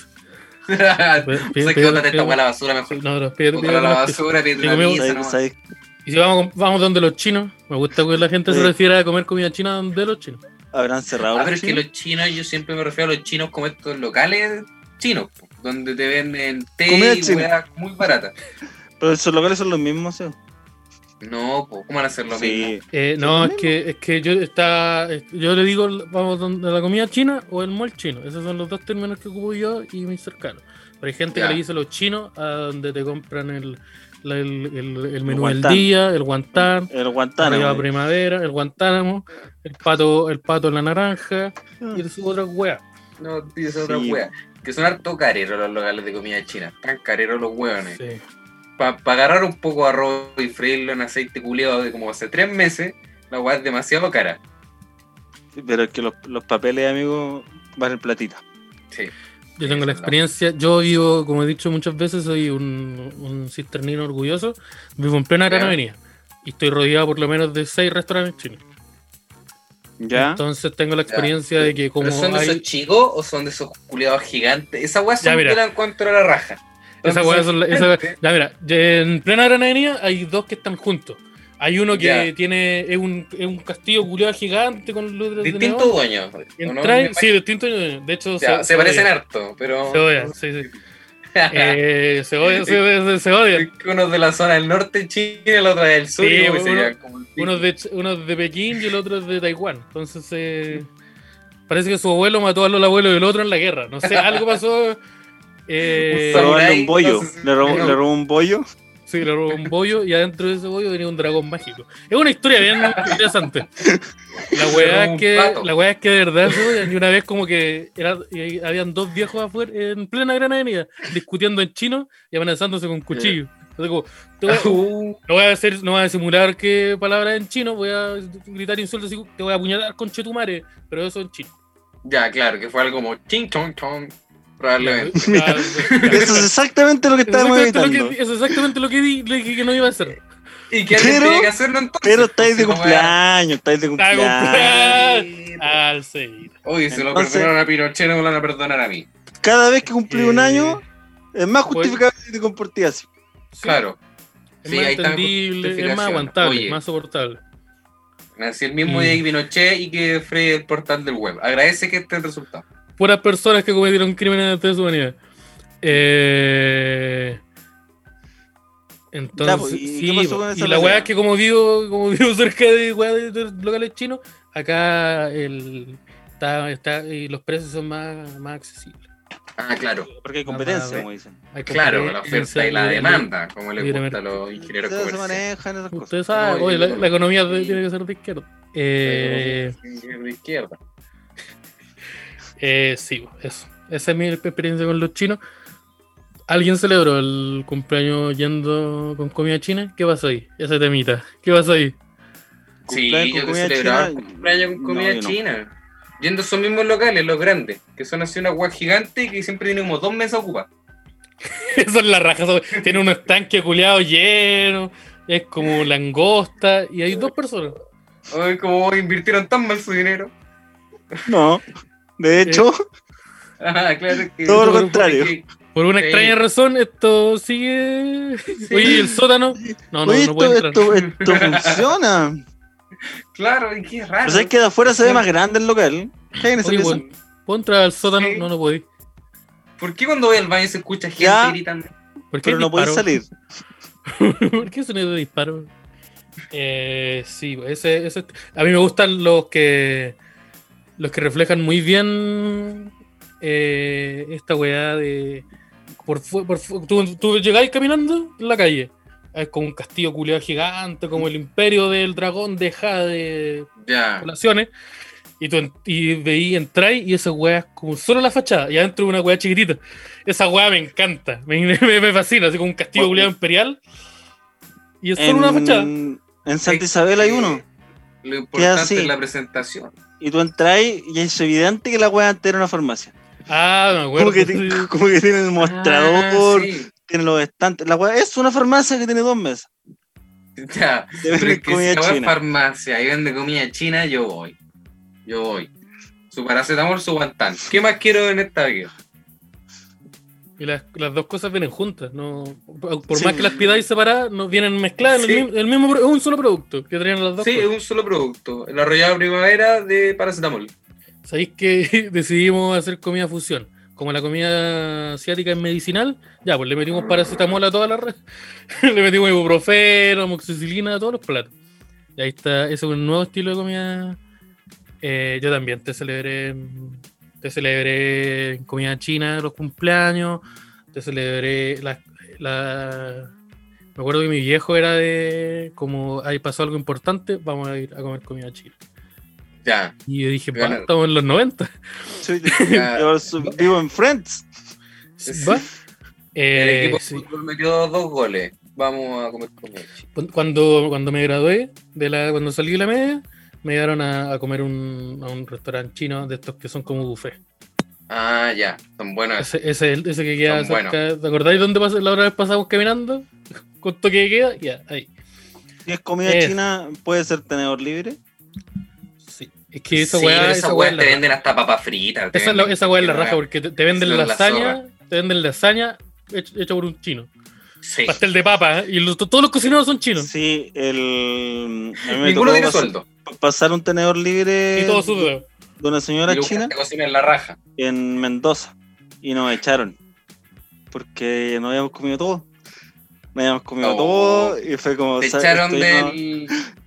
Bótate esta hueá a la basura mejor. No, pide la basura, pide una pizza. Y si vamos donde los chinos, me gusta que la gente se refiera a comer comida china donde los chinos. Habrán cerrado. Pero es que los chinos, yo siempre me refiero a los chinos como estos locales chinos, donde te venden té y hueá muy barata. Pero esos locales son los mismos, ¿sí? No, ¿cómo van a ser lo mismo? No, es que yo le digo, vamos donde la comida china o el mall chino. Esos son los dos términos que ocupo yo y mis cercanos. Pero hay gente que le dice los chinos a donde te compran el menú del día, el guantán, la primavera, el guantánamo, el pato en la naranja y esas otras weas. No, esas otras weas. Que son harto careros los locales de comida china. Tan careros los hueones. Sí. Para agarrar un poco de arroz y freírlo en aceite culeado de como hace 3 meses, la hueá es demasiado cara. Sí, pero es que los papeles, amigos, valen platita. Sí. Yo tengo la experiencia, yo vivo, como he dicho muchas veces, soy un cisternino orgulloso, vivo en plena Gran Avenida y estoy rodeado por lo menos de 6 restaurantes chinos. ¿Ya? Entonces tengo la experiencia de que como ¿Pero son de esos chicos o son de esos culeados gigantes? Esa hueá son en cuanto a la raja. Esa hueá ya mira, en plena Gran Avenida hay 2 que están juntos. Hay uno que es un castillo culeado gigante con luces distintos dueños. Sí, distintos dueños. De hecho, se parecen harto, pero. Se odian, sí. Se odian. Uno de la zona del norte de Chile, el otro del sur. Sí, uno es de Pekín y el otro es de Taiwán. Entonces, parece que su abuelo mató al abuelo del otro en la guerra. No sé, algo pasó. Le robó un bollo. Sí, le robó un bollo y adentro de ese bollo venía un dragón mágico. Es una historia bien interesante. La weá es que de verdad y una vez como que habían 2 viejos afuera en plena Gran Avenida discutiendo en chino y amenazándose con cuchillos. Entonces, no voy a simular qué palabras en chino, voy a gritar insultos y te voy a apuñalar con chetumare, pero eso en chino. Ya, claro, que fue algo como ching chong chong. Probablemente. Eso es exactamente lo que estábamos evitando. Eso es exactamente lo que le dije que no iba a hacer. ¿Y qué tiene que hacerlo entonces? Pero estáis de cumpleaños, Al seguir. Oye, se lo perdonaron a Pinochet, no me lo van a perdonar a mí. Cada vez que cumplí un año, es más justificable que te comportes así. Sí. Claro. Es más entendible, es más aguantable, más soportable. Nací el mismo día que Pinochet y que Frey el portal del web. Agradece que esté el resultado. Puras personas que cometieron crímenes de su humanidad. Entonces, ¿y la weá es que como vivo cerca de locales chinos, acá y los precios son más accesibles. Ah, claro. Porque hay competencia, como dicen. Claro, la oferta y la demanda, como les gusta a los ingenieros comerciales. Se manejan esas cosas. Ustedes saben, oye, la economía tiene que ser de izquierda. De izquierda. Sí, eso. Esa es mi experiencia con los chinos. ¿Alguien celebró el cumpleaños yendo con comida china? ¿Qué pasó ahí? Ese temita. ¿Qué pasó ahí? Sí, yo te celebraba el cumpleaños con comida china. Yendo a esos mismos locales, los grandes, que son así una hueá gigante y que siempre tienen como 2 mesas ocupadas. Eso es la raja. Tiene unos estanques culiados llenos, es como langosta y hay 2 personas. Ay, como invirtieron tan mal su dinero. No, de hecho, claro que todo lo contrario. Por una extraña razón, esto sigue. Sí. Oye, ¿el sótano? No puede entrar. Esto funciona. Claro, y qué raro. Pero sabes que de afuera se ve más grande el local. Oye, ¿puedo entrar al sótano? Sí. No puedo ir. ¿Por qué cuando voy al baño se escucha gente gritando? Pero no puedes salir. ¿Por qué sonido de disparo? Sí, ese. A mí me gustan los que reflejan muy bien esta weá de. Tú llegáis caminando en la calle. Es como un castillo culiado gigante, como el imperio del dragón de Jade poblaciones. Y veí, entráis y esa weá es como solo la fachada. Y adentro una weá chiquitita. Esa weá me encanta. Me fascina, así como un castillo culiado imperial. Y es solo una fachada. En Santa Isabel hay uno. Lo importante es la presentación. Y tú entras y es evidente que la weá antes era una farmacia. Ah, me acuerdo. Como que tiene el mostrador, tiene los estantes. La weá es una farmacia que tiene 2 mesas. Ya, pero es que si la weá es farmacia y vende comida china, yo voy. Su paracetamol, su guantán. ¿Qué más quiero en esta vida? Y las 2 cosas vienen juntas, no, por más que las pidáis separadas, no vienen mezcladas en el mismo, es un solo producto que traen las 2 cosas. Sí, es un solo producto, el arrollado primavera de paracetamol. ¿Sabéis que decidimos hacer comida fusión? Como la comida asiática es medicinal, ya, pues le metimos paracetamol a toda la red, le metimos ibuprofeno, amoxicilina a todos los platos. Y ahí está, ese es un nuevo estilo de comida. Yo también te celebré en comida china los cumpleaños, te celebré me acuerdo que mi viejo era de como ahí pasó algo importante, vamos a ir a comer comida china. Ya. Y yo dije, estamos en los 90. Yo vivo en Friends. ¿Va? El equipo de fútbol metió 2 goles. Vamos a comer comida china. Cuando me gradué, cuando salí de la media, me llevaron a comer a un restaurante chino de estos que son como buffet. Ah, ya, son buenos. Ese que queda cerca. ¿Te acordáis dónde la otra vez pasamos caminando? Con toque de queda, ya, ahí. ¿Y es comida china? ¿Puede ser tenedor libre? Sí. Es que esa weá te venden hasta papas fritas. Esa weá es la raja, porque te venden lasaña hecha por un chino. Sí. Pastel de papa, y todos los cocineros son chinos. Sí, ninguno tiene sueldo. Pasar un tenedor libre y todo sudo de una señora china te cocina en la raja en Mendoza y nos echaron porque no habíamos comido todo. Y fue como te echaron del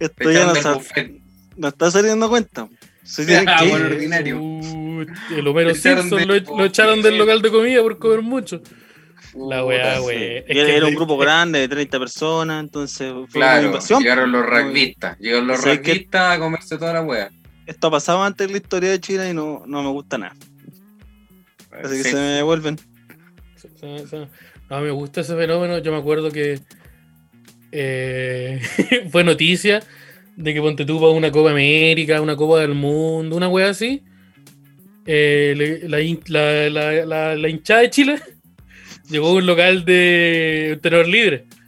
no está saliendo cuenta. Bueno, ordinario. El Homero Simpson lo echaron del local de comida por comer mucho. La weá, wey. Era un grupo grande de 30 personas, entonces fue una invasión. Llegaron los rugbyistas a comerse toda la weá. Esto ha pasado antes en la historia de China y no me gusta nada. Así que se me devuelven. No, me gusta ese fenómeno. Yo me acuerdo que fue noticia de que ponte tú para una Copa América, una Copa del Mundo, una weá así. La hinchada de Chile llegó a un local de tenedor libre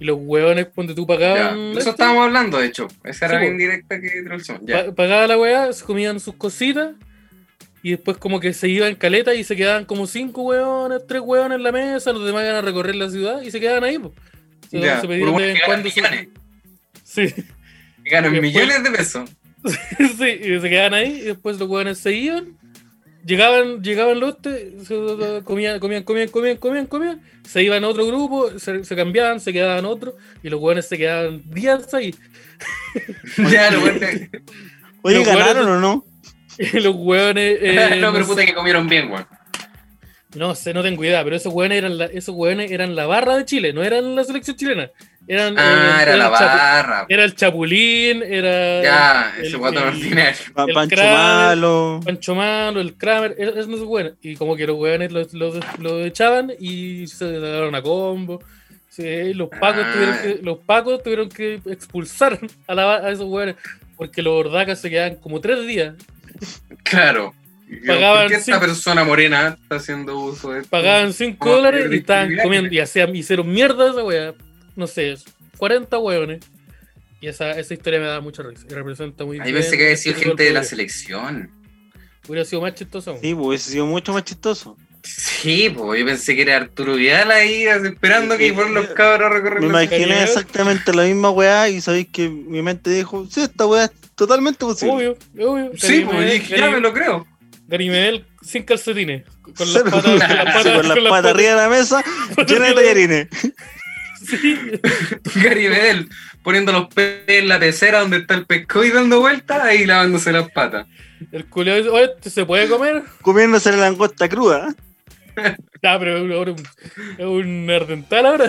Y los hueones, cuando tú pagaban. Ya, eso estábamos hablando, de hecho. Esa era la indirecta que traducción. Pagaba la weá, se comían sus cositas. Y después, como que se iban caleta y se quedaban como 5 hueones, 3 hueones en la mesa. Los demás iban a recorrer la ciudad y se quedaban ahí, pues. Se pedían de vez en cuando. Sí. Ganan millones de pesos. Sí, y se quedaban ahí. Y después los hueones se iban. Llegaban los comían, se iban a otro grupo, se cambiaban, se quedaban otro, y los hueones se quedaban días ahí. Ya, Oye, ¿ganaron o no? Y los hueones. No, pero puta que comieron bien, weón. No sé, no tengo idea, pero esos hueones eran la barra de Chile, no eran la selección chilena. Era la barra. Era el Chapulín, era. Ese guatón ordinario. Pancho Malo, el Kramer, esos no se hueones. Y como que los hueones los echaban y se daban a combo. Sí, los pacos tuvieron que expulsar a esos hueones porque los ordacas se quedaban como 3 días. Claro. ¿Por qué esta persona morena está haciendo uso de esto? Pagaban $5 y estaban comiendo y hicieron mierda esa wea. No sé, 40 hueones. Y esa historia me da mucha risa. Y representa muy bien. Ahí pensé que había sido gente de la selección. Hubiera sido más chistoso. Sí, hubiese sido mucho más chistoso. Sí, pues yo pensé que era Arturo Vidal ahí esperando que fueran los cabros a recorrer. Me imaginé exactamente la misma weá y sabéis que mi mente dijo, sí, esta weá es totalmente posible. Obvio. Sí, pues ya me lo creo. Gary Medel sin calcetines. Con las patas arriba de la mesa, llena de tallarines. Sí. Gary Medel poniendo los peces en la pecera donde está el pescado y dando vueltas y lavándose las patas. El culiao dice, oye, ¿se puede comer? Comiéndose la langosta cruda. Pero ahora es un ardental ahora.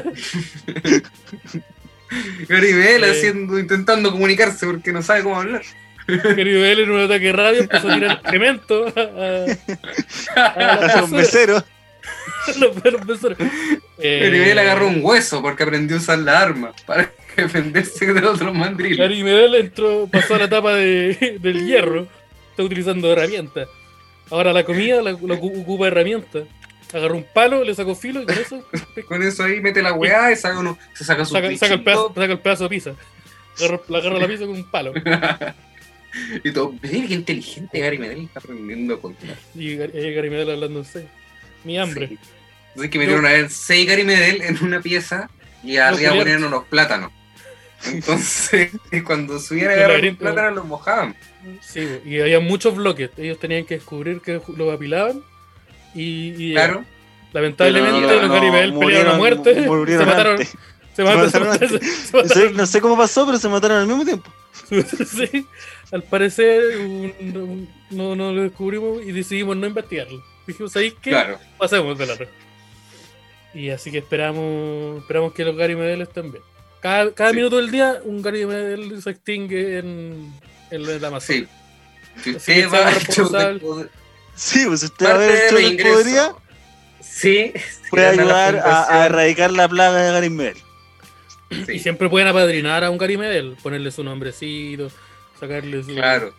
Gary Medel intentando comunicarse porque no sabe cómo hablar. Gary Medel en un ataque de radio empezó a tirar cemento a los meseros. Los meseros. Gary Medel agarró un hueso porque aprendió a usar la arma para defenderse de otros mandriles. Gary Medel pasó a la etapa del hierro. Está utilizando herramientas. Ahora la comida la ocupa herramientas. Agarró un palo, le sacó filo y con eso. Con eso ahí mete la weá y saca el pedazo de pizza. Agarra la pizza con un palo. Y todo, qué inteligente Gary Medel está aprendiendo a contar. Y Gary Medel hablando en serio. Mi hambre. Sí. Entonces que metieron a ver 6 Gary Medel en una pieza y arriba ponían unos plátanos. Entonces, cuando subían a agarrar los plátanos los mojaban. Sí, y había muchos bloques. Ellos tenían que descubrir que los apilaban. Y claro. Lamentablemente los Gary Medel pelearon a muerte. Se mataron. No sé cómo pasó, pero se mataron al mismo tiempo. Sí, al parecer no lo descubrimos y decidimos no investigarlo. Dijimos ahí que pasemos de largo. Y así que esperamos que los Gary Medel estén bien. Cada minuto del día un Gary Medel se extingue en la Amazonas. Sí. Si usted va a sí, pues usted va a ver el show de podría. Sí. Puede ayudar a erradicar la plaga de Gary Medel. Sí. Y siempre pueden apadrinar a un Gary Medel, ponerle su nombrecito, sacarle su... Claro.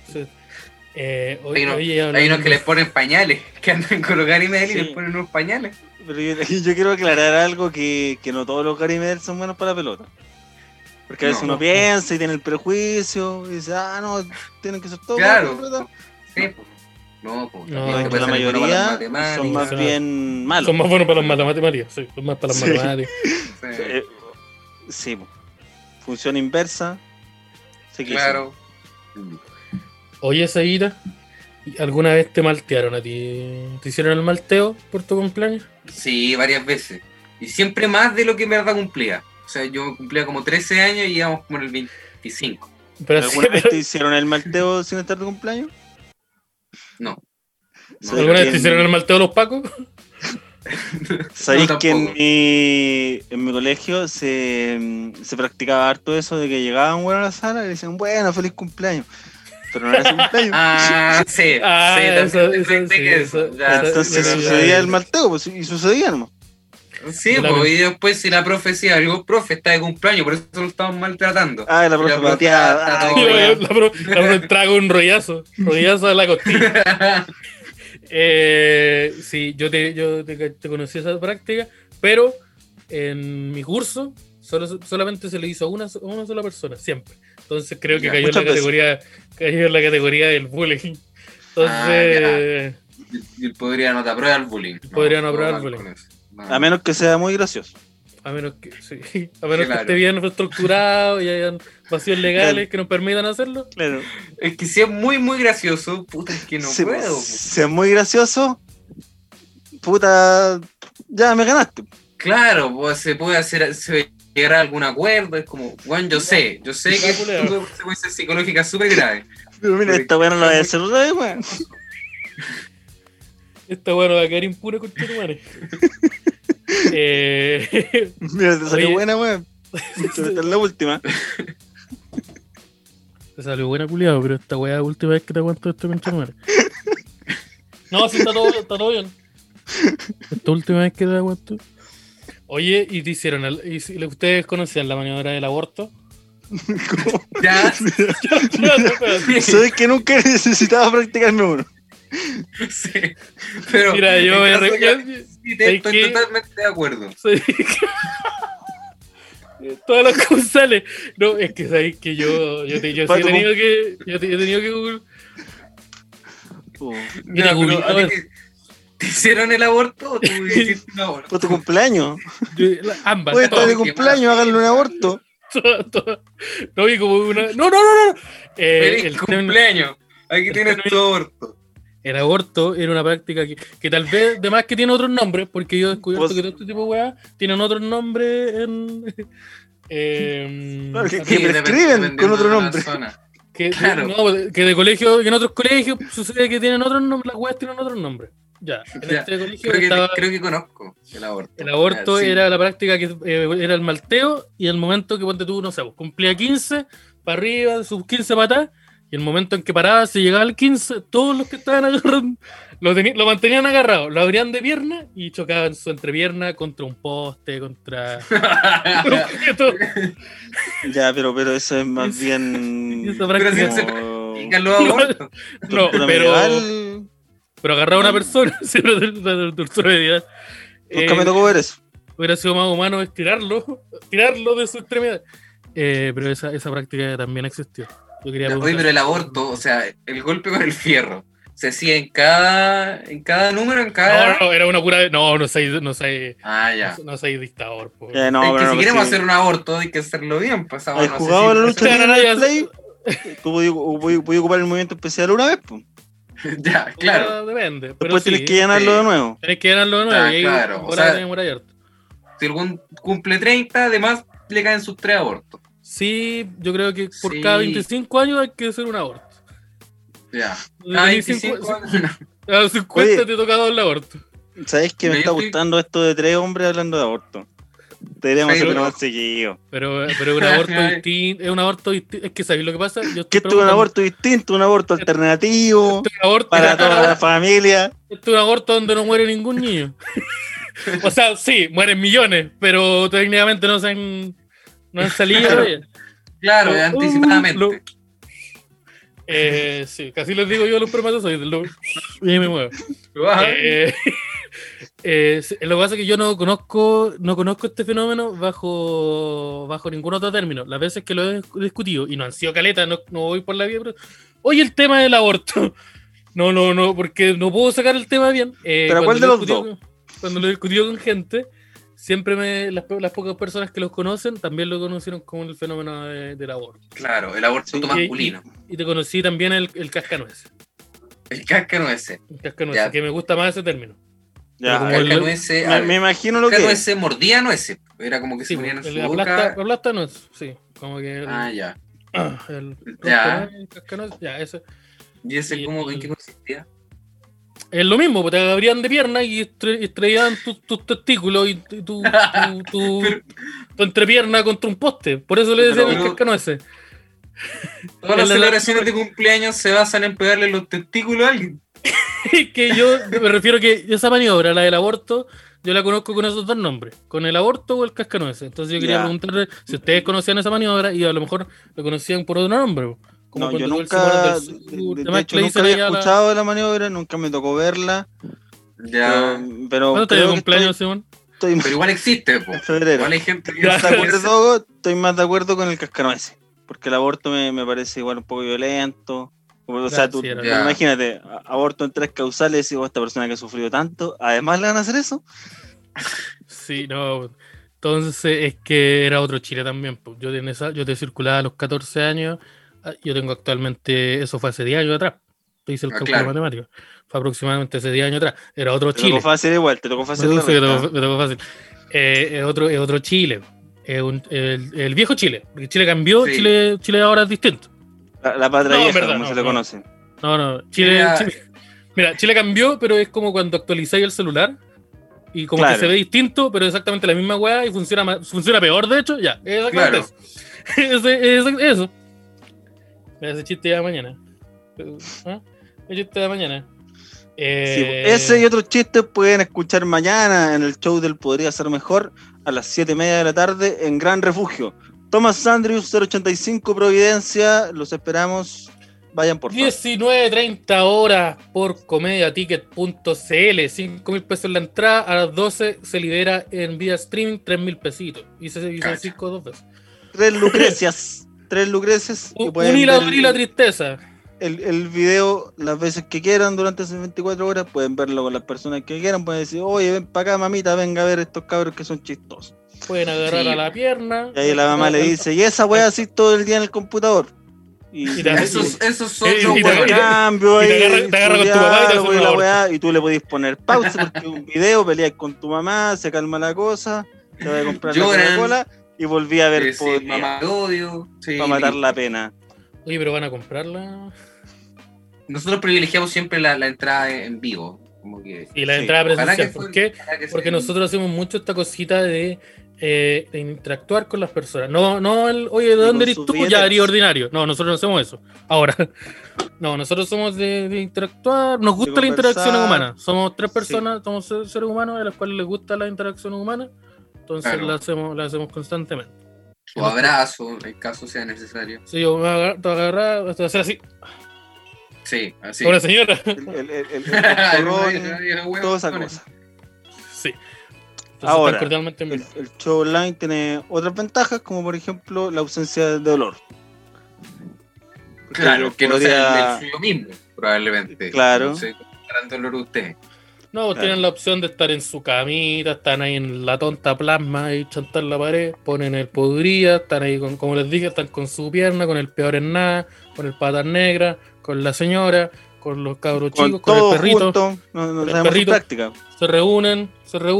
Hay unos que les ponen pañales, que andan con los Gary Medel y les ponen unos pañales. Pero yo quiero aclarar algo, que no todos los Gary Medel son buenos para la pelota. Porque a veces uno piensa y tiene el prejuicio y dice, no, tienen que ser todos claro. buenos para la pelota. Sí. No, la mayoría son más bien malos. Son más buenos para las matemáticas, sí, son más para las matemáticas. Sí, función inversa. Claro. Oye, Seguida, ¿alguna vez te maltearon a ti? ¿Te hicieron el malteo por tu cumpleaños? Sí, varias veces. Y siempre más de lo que en verdad cumplía. O sea, yo cumplía como 13 años y íbamos como en el 25. ¿Alguna vez te hicieron el malteo sin estar de cumpleaños? No. ¿Alguna vez te hicieron el malteo los pacos? ¿Sabéis que en mi colegio se practicaba harto eso de que llegaban a la sala y le decían, bueno, feliz cumpleaños? Pero no era su cumpleaños. Sí. Entonces sucedía el malteo, pues, y sucedía nomás. Sí, pues, y después si la profe decía algo, profe está de cumpleaños, por eso lo estaban maltratando. La profe pateaba. La profe traga un rollazo de la costilla. Sí, yo te conocí esa práctica, pero en mi curso solamente se le hizo a una sola persona, siempre. Entonces creo que cayó en la categoría del bullying. Entonces... Y él podría no te aprueba el bullying. Podría no aprueba el bullying. A menos que sea muy gracioso. A menos que esté bien estructurado y hayan vacíos legales que nos permitan hacerlo. Claro. Es que si es muy, muy gracioso, puta, es que no puedo. Si es muy gracioso, puta, ya me ganaste. Claro, pues se puede llegar a algún acuerdo. Es como, bueno, yo sé que se puede ser psicológica súper grave. Pero mira, esta weá no la voy a hacer otra vez, weón. Esta weá no va a quedar impune con tu madre. Mira, te salió buena, weón. Esta es la última. Te salió buena, culiado, pero esta weá es la última vez que te aguanto esto con tu madre. No, sí, está todo bien. Esta última vez que te aguanto. Oye, ¿y te hicieron ustedes conocían la maniobra del aborto? ¿Cómo? Ya. Sabes que nunca he necesitado practicarme uno. Sí, pero mira, yo estoy totalmente de acuerdo. Sí. Todas las causales. No, es que sabéis que yo sí he tenido que Google. Mira, ¿Te hicieron el aborto o tú hiciste un aborto? Por tu cumpleaños. Ambas. Puede estar de cumpleaños, háganle un aborto. No vi como una. No. El cumpleaños. Aquí tienes tu aborto. El aborto era una práctica que tal vez, de más que tiene otros nombres, porque yo he descubierto que todo este tipo de weas tienen otros nombres que prescriben con otro nombre. Claro. Que de colegio, que en otros colegios sucede que tienen otros nombres, las weas tienen otros nombres. Ya, en este colegio creo que conozco el aborto. El aborto era la práctica que era el malteo, y el momento que ponte tú, no sé, cumplía 15, para arriba, sus 15 patas. Y el momento en que paraba, se llegaba al 15, todos los que estaban agarrando lo mantenían agarrado, lo abrían de pierna y chocaban su entrepierna contra un poste, contra un objeto. Ya, pero eso es más bien. No, pero agarrar a una persona, nunca me tocó ver eso. Hubiera sido más humano tirarlo de su extremidad. Pero esa práctica también existió. Oye, pero el aborto, o sea, el golpe con el fierro, ¿se hacía en cada número, en cada...? No, era una pura... No seas dictador, po. Si queremos hacer un aborto, hay que hacerlo bien, pasamos. ¿Has jugado la lucha de Play? Tú puedes ocupar el movimiento especial una vez, pues. Ya, claro. Depende. Después tienes que llenarlo de nuevo. Tienes que llenarlo de nuevo. Y ahí claro, o sea, si algún cumple 30, además le caen sus 3 abortos. Sí, yo creo que por cada 25 años hay que hacer un aborto. Ya. Cada 25 años. A los 50 te toca dar el aborto. ¿Sabes qué? Me está gustando esto de 3 hombres hablando de aborto. Deberíamos hacerlo más seguido. Pero un aborto distinto. Es un aborto distinto. Es que ¿sabes lo que pasa? Que esto es un aborto distinto, un aborto alternativo. Para toda la familia. Esto es un aborto donde no muere ningún niño. O sea, sí, mueren millones, pero técnicamente no han salido todavía. Claro, anticipadamente. Sí, casi les digo yo a los espermatozoides. Y me muevo. Lo que pasa es que yo no conozco este fenómeno bajo ningún otro término. Las veces que lo he discutido, y no han sido caletas, no voy por la vía, pero oye, el tema del aborto. No, porque no puedo sacar el tema bien. ¿Pero cuál de los dos? Cuando lo he discutido con gente, siempre las pocas personas que los conocen también lo conocieron como el fenómeno del aborto. Claro, el aborto masculino. Y te conocí también el cascanueces. El cascanueces. El cascanueces, que me gusta más ese término. Ya, me imagino lo que es. Mordía nueces. Era como que se ponían en su boca. Aplasta nueces, sí. Como que ya. El cascanueces, ya, eso. ¿Y ese cómo, en qué consistía? Es lo mismo, porque te abrían de pierna y estrellaban tus testículos y tu entrepierna contra un poste. Por eso le decían el cascanueces. Todas las celebraciones de cumpleaños se basan en pegarle los testículos a alguien. Que yo me refiero que esa maniobra, la del aborto, yo la conozco con esos dos nombres, con el aborto o el cascanueces. Entonces yo quería preguntarle si ustedes conocían esa maniobra y a lo mejor lo conocían por otro nombre. Como yo nunca, de hecho, nunca había escuchado de la maniobra, nunca me tocó verla. Ya. Pero ¿cuándo te dio cumpleaños, Simón? Pero igual existe, po. Igual hay gente que estoy más de acuerdo con el cascanueces. Porque el aborto me parece igual un poco violento. O sea, tú imagínate, aborto en 3 causales y vos, esta persona que ha sufrido tanto, además le van a hacer eso. Sí, no. Entonces es que era otro Chile también. Pues. Yo te circulaba a los 14 años. Yo tengo actualmente, eso fue hace 10 años atrás. Te hice el cálculo matemático. Fue aproximadamente hace 10 años atrás. Era otro Chile. Te tocó fácil igual, te tocó fácil. Me tocó fácil. Es otro Chile. El viejo Chile. Porque Chile cambió, sí. Chile ahora es distinto. La patria vieja, como se le conoce. No. Chile, mira, Chile cambió, pero es como cuando actualizáis el celular. Y como que se ve distinto, pero exactamente la misma weá y funciona peor, de hecho, ya. Exactamente eso. Ese chiste de mañana. El chiste de mañana. Sí, ese y otros chistes pueden escuchar mañana en el show del Podría Ser Mejor a las 7:30 de la tarde en Gran Refugio. Thomas Andrews 085 Providencia, los esperamos. Vayan por favor. 19:30 horas por comediaticket.cl, 5.000 pesos la entrada, a las 12 se libera en vía streaming 3.000 pesitos. Y se hizo 5 2 veces. 3 Lucrecias. 3 Lucrecias. Y la tristeza. El video las veces que quieran durante esas 24 horas, pueden verlo con las personas que quieran, pueden decir, oye, ven para acá mamita, venga a ver estos cabros que son chistosos. Pueden agarrar a la pierna. Y ahí la mamá le dice, y esa weá así todo el día en el computador. Esos son los cambios. Te agarra con tu papá y te hace la weá, y tú le podés poner pausa porque un video, peleas con tu mamá, se calma la cosa, te va a comprar la Coca-Cola y volví a ver mamá odio, para matar la pena. Oye, pero van a comprarla. Nosotros privilegiamos siempre la entrada en vivo. Como que, y la entrada presencial. ¿Por qué? Porque nosotros hacemos mucho esta cosita de interactuar con las personas. Oye, ¿de dónde eres tú? Ya eres ordinario. No, nosotros no hacemos eso. Ahora. No, nosotros somos de interactuar. Nos gusta la interacción humana. Somos 3 personas, somos seres humanos a los cuales les gusta la interacción humana. Entonces la hacemos constantemente. O abrazo, en caso sea necesario. Sí, yo me voy a agarrar, voy a hacer así. Sí, así. Con la señora. Toda esa cosa. Sí. Entonces, ahora, el show online tiene otras ventajas, como por ejemplo la ausencia de dolor. Claro, que no sea lo mismo, probablemente. Claro. No sé cómo estará el dolor usted. No, tienen la opción de estar en su camita, están ahí en la tonta plasma y chantar la pared, ponen el podría, están ahí con, como les dije, están con su pierna, con el peor en nada, con el patas negras, con la señora, con los cabros chicos, con el perrito. Junto. No el perrito. Práctica. Se reúnen.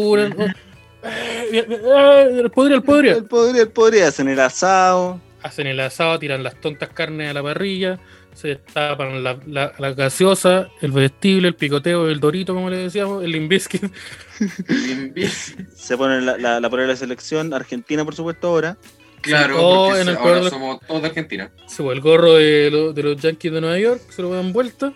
El podría, hacen el asado. Tiran las tontas carnes a la parrilla, se destapan la gaseosa, el vestible, el picoteo, el dorito, como le decíamos, el Limp-Bizkit. Se ponen la polera de selección argentina, por supuesto, ahora. Claro, porque ahora somos todos de Argentina. El gorro de los Yankees de Nueva York, se lo dan vuelta.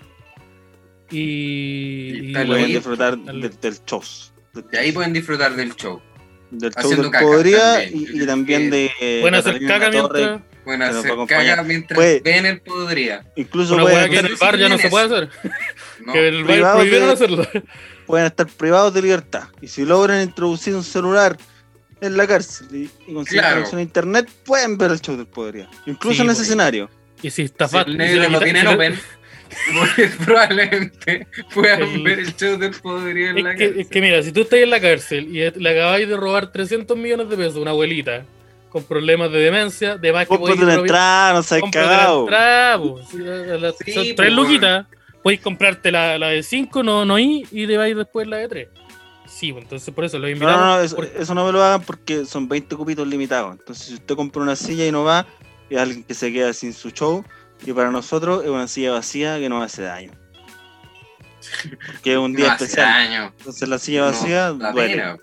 Y pueden disfrutar del show. De ahí pueden disfrutar del show. Del show del podría y también de... Pueden hacer caca mientras... Pueden hacer caga mientras ven el podría. Incluso una hueá que en el bar ya no se puede hacer. No. Que en el bar prohibieron hacerlo. Pueden estar privados de libertad. Y si logran introducir un celular en la cárcel y conseguir conexión a internet, pueden ver el show del podría. Incluso en ese escenario. Y si está fácil. El negro lo tienen open. Probablemente puedan ver el show del podría en la cárcel. Es que mira, si tú estás en la cárcel y le acabáis de robar 300 millones de pesos a una abuelita con problemas de demencia, de más que podéis entrar, no seas cagado. Son 3 luquitas, podéis comprarte la de 5, no y te vais después la de 3. Sí, entonces por eso lo invitamos. No, eso no me lo hagan porque son 20 cupitos limitados. Entonces si usted compra una silla y no va, es alguien que se queda sin su show. Y para nosotros es una silla vacía que nos hace daño. Porque es un día especial. Entonces la silla vacía duele.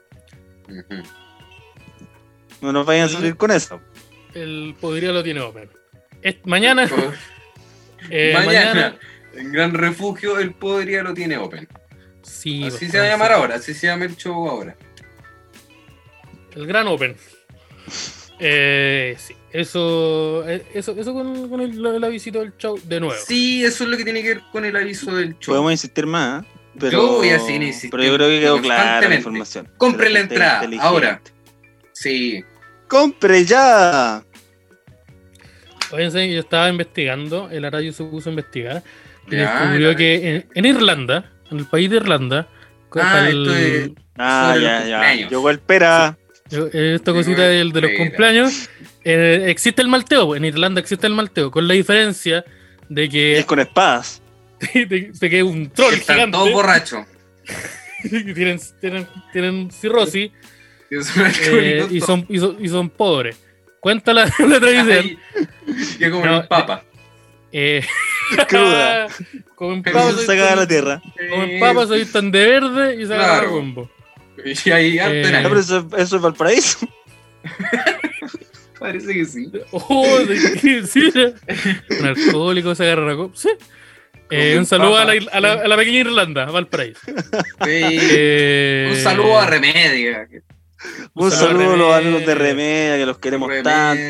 No nos vayan a salir con eso. El podría lo tiene open. Mañana. Mañana. En Gran Refugio el podría lo tiene open. Sí, así se va a llamar ahora. Así se llama el show ahora. El Gran Open. Sí. Eso con el aviso del show de nuevo. Sí, eso es lo que tiene que ver con el aviso del show. Podemos insistir más. Yo voy a seguir insistiendo. Pero yo creo que quedó clara la información. Compre la entrada, ahora. Sí. ¡Compre ya! Oye, yo estaba investigando, el Arayo se puso a investigar y descubrió que en Irlanda, en el país de Irlanda, ya. Llegó el pera. Esta cosita de los cumpleaños, existe el malteo. En Irlanda existe el malteo, con la diferencia de que. Es con espadas. de que es un troll están gigante. Todos borrachos. tienen cirrosis. Y son pobres. Cuenta la tradición. Que comen un papa. Cruda. Comen papas. Sacada de la tierra. Comen papas, hoy están de verde y se agarran el combo. Y ahí pero eso es Valparaíso. Parece que sí. Sí. Un alcohólico se agarra la combo. Sí. Un saludo a la pequeña Irlanda, a Valparaíso. Sí. Un saludo a Remedia. Un saludo a los amigos de Remedia, que los queremos tanto.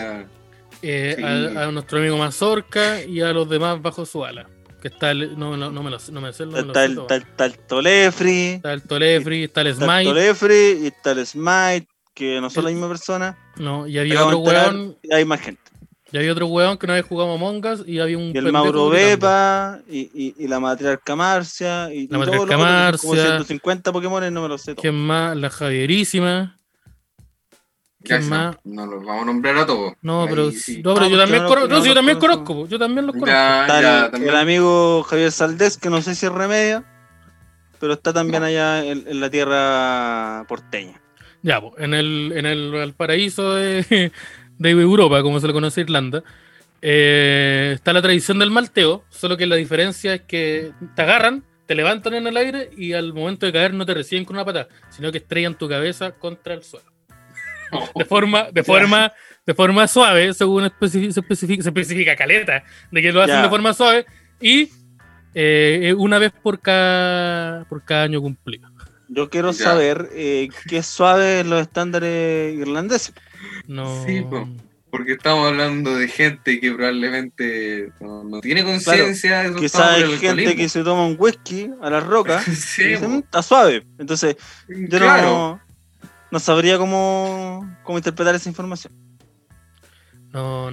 A nuestro amigo Mazorca y a los demás bajo su ala. Que está el. No me sé. Está el Tolefri. Está el Tolefri, está el Smite. Está el Tolefri y está el Smite, que no son la misma persona. No, y había otro weón. Y hay más gente. Y había otro weón que no había jugado Among Us y había un. Y el Mauro Bepa y la matriarca Marcia. Y la matriarca Marcia. Como 150 Pokémon, no me lo sé todo. ¿Quién más? La Javierísima. ¿Quién más? No los vamos a nombrar a todos. No, pero yo también conozco. Yo también conozco. Yo también los conozco. Está el amigo Javier Saldés, que no sé si es Remedia, pero está también allá en la tierra porteña. Ya, pues, en el paraíso de Europa, como se le conoce Irlanda, está la tradición del malteo, solo que la diferencia es que te agarran, te levantan en el aire y al momento de caer no te reciben con una patada, sino que estrellan tu cabeza contra el suelo. De forma suave, según se especifica caleta, de que lo hacen de forma suave y una vez por cada año cumplido. Yo quiero saber qué es suave en los estándares irlandeses. No. Sí, porque estamos hablando de gente que probablemente no tiene conciencia. Claro, quizás hay gente que se toma un whisky a la roca sí, y dicen, está suave. Entonces, yo no sabría cómo interpretar esa información. No.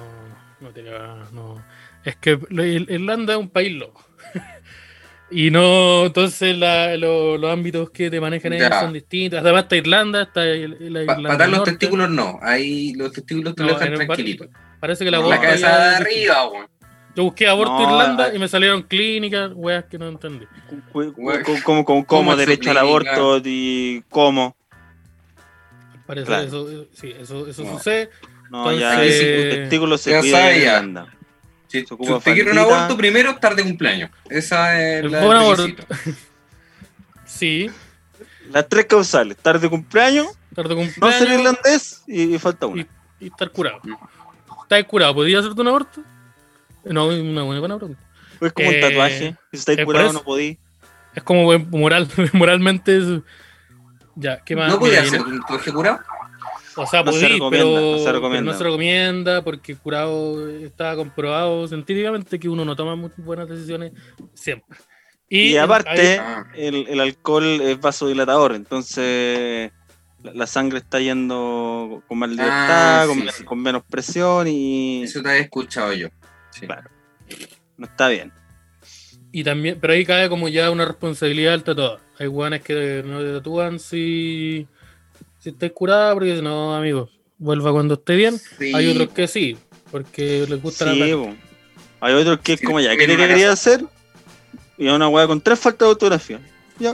Es que Irlanda es un país loco. Y no, entonces los ámbitos que te manejan ahí son distintos. Además está Irlanda, está la Irlanda. Para los testículos no, ahí los testículos te lo dejan tranquilitos. Parece que la cabeza de arriba, weón. Yo busqué aborto Irlanda y me salieron clínicas, weas que no entendí. ¿Cómo derecho al aborto y cómo? Parece que eso sucede. No, entonces, ya un testículo se cuida en Irlanda. Si usted quiere un aborto, primero estar de cumpleaños. Esa es la requisito. Sí. Las 3 causales: estar de cumpleaños, no ser irlandés y falta una. Y estar curado. ¿Estás curado? ¿Podías hacerte un aborto? No, una buena pregunta. Es como un tatuaje. Si estáis curado, no podí. Es como moralmente. Ya, ¿qué más? ¿No podías hacer un tatuaje curado? O sea, no pero no se recomienda porque curado está comprobado científicamente que uno no toma muy buenas decisiones siempre. Y aparte, el alcohol es vasodilatador, entonces la sangre está yendo con más libertad, con menos presión y... Eso te había escuchado yo. Sí. Claro, no está bien. Y también, pero ahí cae como ya una responsabilidad del tatuador. Hay guanes que no te tatúan si estáis curada, porque dicen, no, amigo, vuelva cuando esté bien. Sí. Hay otros que sí, porque les gusta la plata. Hay otros que es como ya, ¿qué te quería hacer? Y a una weá con 3 faltas de ortografía. Ya.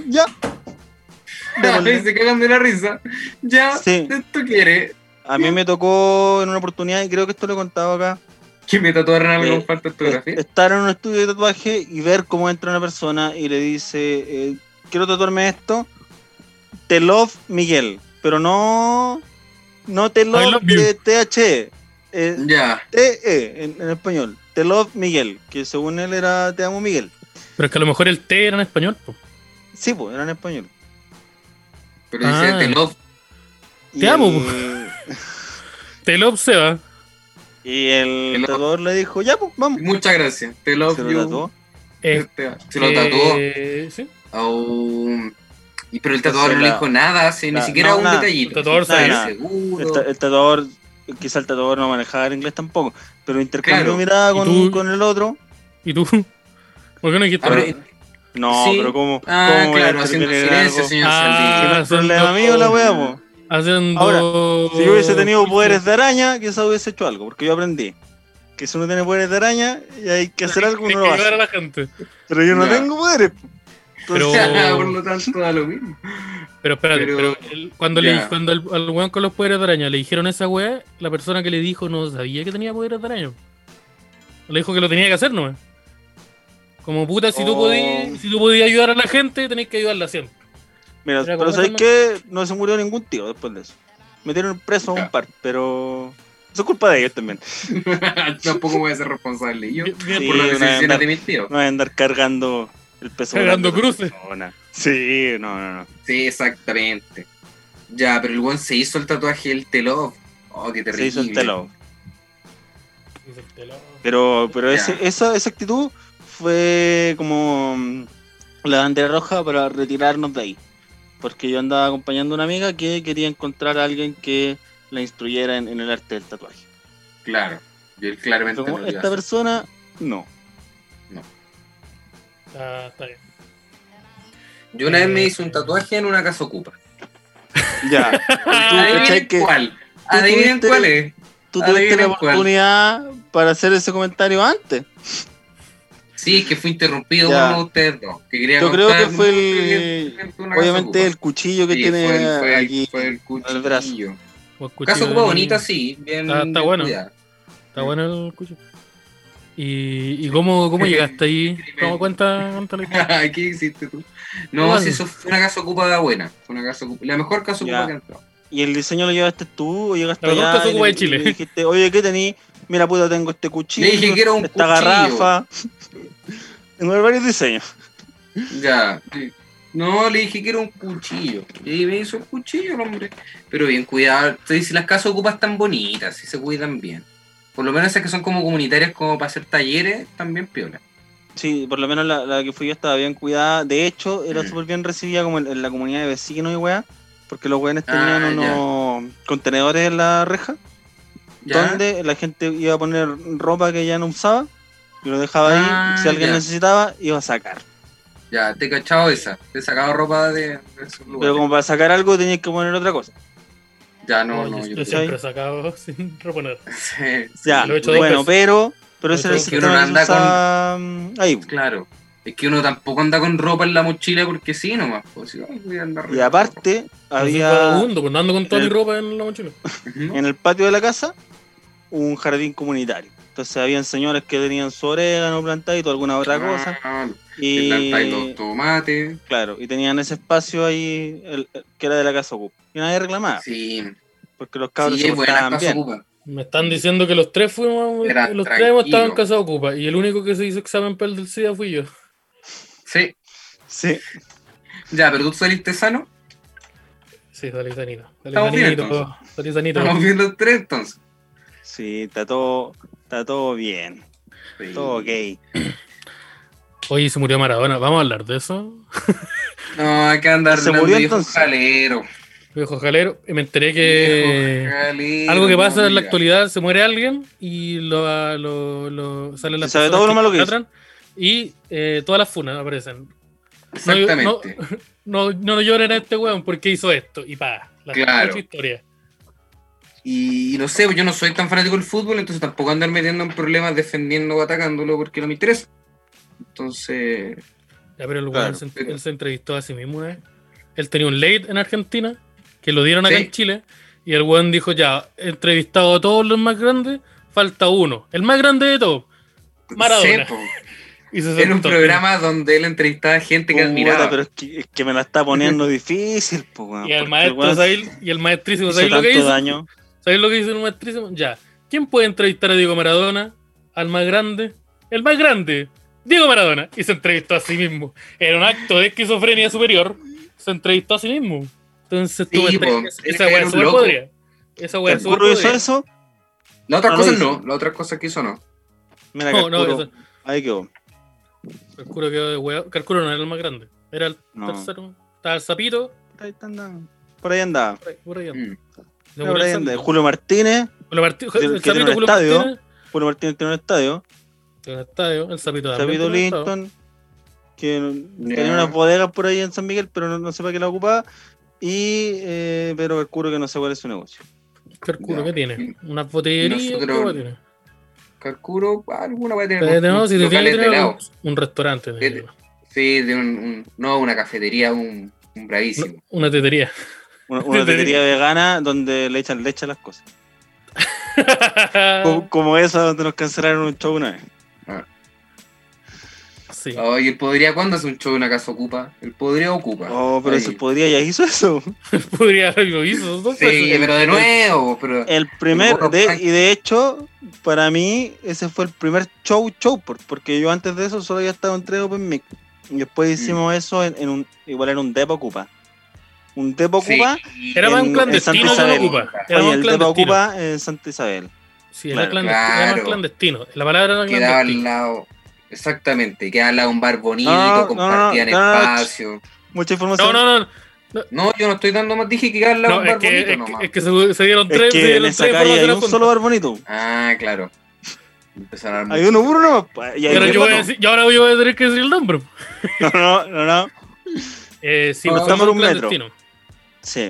Se cagan de la risa. Ya, esto quiere. A mí me tocó en una oportunidad, y creo que esto lo he contado acá. ¿Que me tatuaron algo con falta de ortografía? Estar en un estudio de tatuaje y ver cómo entra una persona y le dice, quiero tatuarme esto, Te Love Miguel. Pero no Te Love de THE. TE en español. Te Love Miguel, que según él era Te Amo Miguel. Pero es que a lo mejor el T era en español, po. Sí, pues, era en español. Pero decía Te Love. Te amo, po. Te Love Seba. Y el tatuador le dijo, ya, pues, vamos. Muchas gracias. Te Love se lo you. Tatuó. Se lo tatuó. ¿Sí? Pero el tatuador no le dijo nada, ni siquiera un detallito. El tatuador sabía seguro. El tatuador, quizá el tatuador no manejaba el inglés tampoco, pero intercambió mirada con el otro. ¿Y tú? ¿Por qué no dijiste nada? No, ¿sí? Pero ¿cómo? ¿Cómo claro, haciendo silencio, señor Saldí. Si no es problema mío la wea, po. Ahora, si yo hubiese tenido poderes de araña, quizás hubiese hecho algo, porque yo aprendí que si uno tiene poderes de araña y hay que hacer algo, uno lo hace. A la gente. Pero yo no tengo poderes. Pero... por lo tanto da lo mismo. Pero espérate, cuando al weón con los poderes de araña le dijeron esa weá, la persona que le dijo no sabía que tenía poderes de araña. Le dijo que lo tenía que hacer, ¿no? Como puta, si tú podías ayudar a la gente, tenés que ayudarla siempre. Mira, pero ¿sabes qué? No se murió ningún tío después de eso. Metieron preso a un par, pero... Eso es culpa de ellos también. Tampoco voy a ser responsable yo por las decisiones de mis tíos. No voy a andar cargando el peso. Cargando cruces. Sí, no. Sí, exactamente. Ya, pero el weón se hizo el tatuaje del Telov. Oh, qué terrible. Se hizo el Telov. Pero esa actitud fue como la bandera roja para retirarnos de ahí. Porque yo andaba acompañando a una amiga que quería encontrar a alguien que la instruyera en el arte del tatuaje. Claro, y él claramente como esta persona, no. Está bien. Yo una vez me hice un tatuaje en una casa ocupa. Ya. Adivinen cuál es. Tú tuviste la oportunidad para hacer ese comentario antes. Sí, es que fue interrumpido por uno de ustedes dos. Yo creo que fue obviamente el cuchillo que tiene aquí. Fue el cuchillo. El brazo. Casa ocupa bonita, sí. Bien, está bueno. Cuidado. Está bueno el cuchillo. ¿Y cómo llegaste ahí? ¿Cómo cuenta la historia? ¿Qué hiciste tú? No, si eso fue una casa ocupada buena. Fue una casa ocupada, la mejor casa ocupada que ha entrado. ¿Y el diseño lo llevaste tú o llegaste allá? La mejor casa ocupada de Chile. Y dijiste, oye, ¿qué tení? Mira, puta, tengo este cuchillo. Le dije que era un esta cuchillo. Garrafa. Tengo varios diseños. Ya. No, le dije que era un cuchillo. Y me hizo el cuchillo, el hombre. Pero bien, cuidado. Si las casas ocupas están bonitas, si se cuidan bien. Por lo menos esas que son como comunitarias, como para hacer talleres, también piola. Sí, por lo menos la que fui yo estaba bien cuidada. De hecho, era súper bien recibida como en la comunidad de vecinos y weá. Porque los weones tenían unos contenedores en la reja. ¿Ya? Donde la gente iba a poner ropa que ya no usaba. Y lo dejaba ahí. Si alguien necesitaba, iba a sacar. Ya, te he cachado esa. Te he sacado ropa de esos lugares. Pero como para sacar algo tenías que poner otra cosa. Ya, no. Yo siempre he sacado sin reponer. Sí, ya, bueno, pero ese era el sistema que anda con... ahí. Claro. Es que uno tampoco anda con ropa en la mochila porque sí, nomás. Pues, y aparte, había... vagabundo, pues no ando con toda mi ropa en la mochila. En el patio de la casa, un jardín comunitario. Entonces habían señores que tenían su orégano plantadito, alguna otra cosa. Y los tomates. Claro, y tenían ese espacio ahí que era de la casa ocupa. Y nadie reclamaba. Sí. Porque los cabros se portaban bien. Ocupa. Me están diciendo que los tres estaban en casa ocupa. Y el único que se hizo examen para el del SIDA fui yo. Sí. Ya, pero tú saliste sano. Sí, salí sanito. Estamos viendo el tres entonces. Sí, está todo bien. Sí. Todo ok. Oye, se murió Maradona. ¿Vamos a hablar de eso? No, hay que andar se murió viejo jalero. Viejo jalero. Y me enteré que algo que pasa en la actualidad, se muere alguien y salen las personas todo lo malo que hizo. Y todas las funas aparecen. Exactamente. No lloren a este weón porque hizo esto. Y claro. Historia. Y no sé, yo no soy tan fanático del fútbol, entonces tampoco andar metiendo en problemas defendiendo o atacándolo porque no me interesa. Entonces... Ya, pero el weón él se entrevistó a sí mismo, ¿eh? Él tenía un late en Argentina, que lo dieron acá en Chile, y el weón dijo, ya, he entrevistado a todos los más grandes, falta uno. El más grande de todos, Maradona. Era un programa donde él entrevistaba a gente que admiraba. Pero es que me la está poniendo difícil, y el maestro y el maestrísimo, ¿sabéis lo que hizo? ¿Sabéis lo que hizo el maestrísimo? Ya. ¿Quién puede entrevistar a Diego Maradona? Al más grande. El más grande, Diego Maradona. Y se entrevistó a sí mismo. Era un acto de esquizofrenia superior. Se entrevistó a sí mismo. Entonces esa weá es súper podrida. Esa weá es súper podrida. ¿Eso? La otra cosa no. La otra cosa que hizo no. Mira, ahí quedó. Calculo que de huevo. Calculo no era el más grande. Era el tercero. Estaba el Zapito. Por ahí andaba. Por ahí andaba. Por ahí andaba. Julio Martínez. El Zapito Julio Martínez. Julio Martínez tiene un estadio. El Zapito Linton. Que tenía unas bodegas por ahí en San Miguel, pero no sé para qué la ocupaba. Pero calculo que no sé cuál es su negocio. Calculo que tiene. Una botillería. Calculo alguna va a tener. No, si te tiene que tener un restaurante. Sí, no, una cafetería, un bravísimo. Una tetería. Una tetería vegana donde le echan leche a las cosas. como esa donde nos cancelaron un show una vez. Sí. ¿Y el Podría cuándo hace un show en una casa ocupa? El Podría ocupa. Pero ese Podría ya hizo eso. El Podría lo hizo. Sí, pero de nuevo. El primer, y de hecho, para mí, ese fue el primer show, porque yo antes de eso solo había estado en 3 Open Mic. Y después hicimos eso igual en un Depo Ocupa. Un Depo Ocupa. Era más un clandestino de Ocupa. El Depo Ocupa en Santa Isabel. Sí, era más clandestino. La palabra era clandestino. Quedaba al lado. Exactamente, quedaba al lado un bar bonito, compartían espacio. Mucha información. No, yo no estoy dando más, dije que quedaba al lado un bar bonito nomás. Es que se dieron 3. En esa calle hay un solo bar bonito. Claro. Hay uno puro nomás. Y ahora yo voy a tener que decir el nombre. No. Sí, no estamos por un clandestino. Metro. Sí.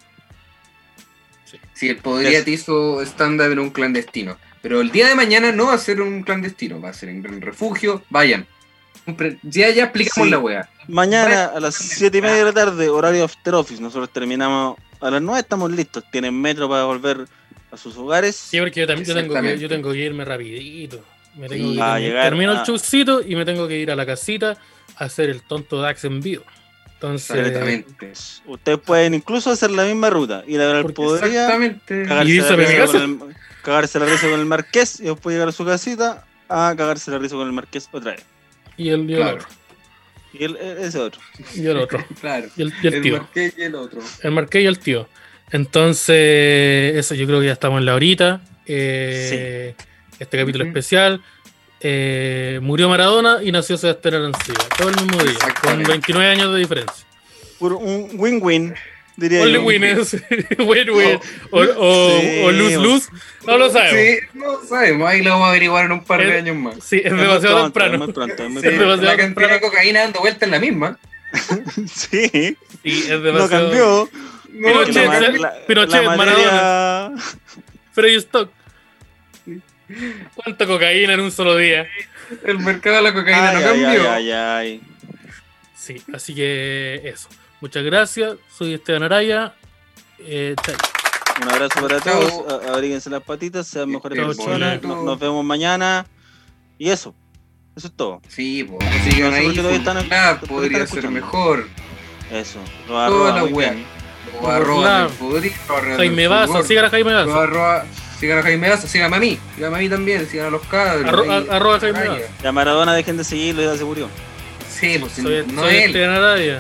Sí, el Podría te hizo stand-up en un clandestino. Pero el día de mañana no va a ser un clandestino, va a ser en Gran Refugio. Vayan. Ya explicamos la weá. Mañana a las 7:30 de la tarde, horario after office. Nosotros terminamos a las 9, estamos listos. Tienen metro para volver a sus hogares. Sí, porque yo también yo tengo que irme rapidito. Termino el showcito y me tengo que ir a la casita a hacer el tonto Dax en vivo. Entonces, exactamente. Ustedes pueden incluso hacer la misma ruta. Ir a ver al Podría. Exactamente. Cagarse la risa con el Marqués y después llegar a su casita a cagarse la risa con el Marqués otra vez. Y el otro. Y ese otro. Y el otro. Claro. Y el tío. El Marqués y el otro. El Marqués y el tío. Entonces, eso yo creo que ya estamos en la horita. Este capítulo especial. Murió Maradona y nació Sebastián Arancibia. Todo el mismo día. Con 29 años de diferencia. Por un win-win. Diría Only winners, win-win, o lose-lose, no lo sabemos. Sí, no sabemos, ahí lo vamos a averiguar en un par de años más. Sí, es demasiado temprano. La cantidad de cocaína dando vuelta en la misma. Sí, es demasiado. No cambió. Pinochet, Maradona, Freddy Stock. ¿Cuánta cocaína en un solo día? El mercado de la cocaína no cambió. Ay. Sí, así que eso. Muchas gracias, soy Esteban Araya. Un abrazo para todos, abríguense las patitas, sean mejores personas, nos vemos mañana. Y eso es todo. Sí, pues, sigan ahí, podría ser mejor. Eso, toda la wea. Jaime Baza, sigan a Jaime Baza. Sigan a Jaime Baza, síganme a mí también, sigan a los cabros. Arroba Jaime Baza. La Maradona dejen de seguirlo, ya se murió. Sí, pues soy él. Esteban Araya.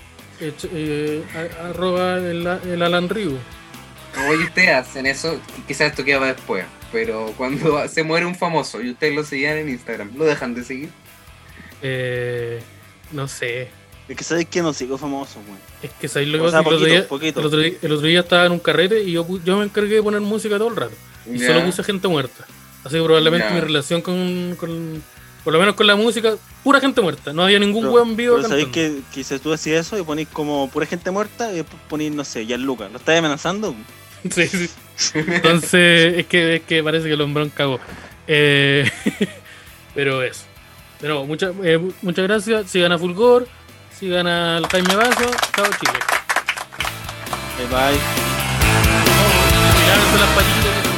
Arroba el Alan Riu. Oye, ustedes hacen eso, quizás esto queda para después, pero cuando se muere un famoso y ustedes lo seguían en Instagram, ¿lo dejan de seguir? No sé. Es que sabéis que no sigo famoso, güey. Es que sabéis lo que pasa. El otro día estaba en un carrete y yo me encargué de poner música todo el rato. Y solo puse gente muerta. Así que probablemente mi relación con por lo menos con la música, pura gente muerta. No había ningún weón vivo cantando. Pero sabéis que quizás tú decís eso y ponís como pura gente muerta y después ponís, no sé, Gianluca. ¿Lo estás amenazando? Sí. Entonces, es que parece que el hombrón cagó. Pero eso. De nuevo, muchas gracias. Sigan a Fulgor, sigan al Jaime Baza. Chao, Chile. Bye. Tirarse las patitas.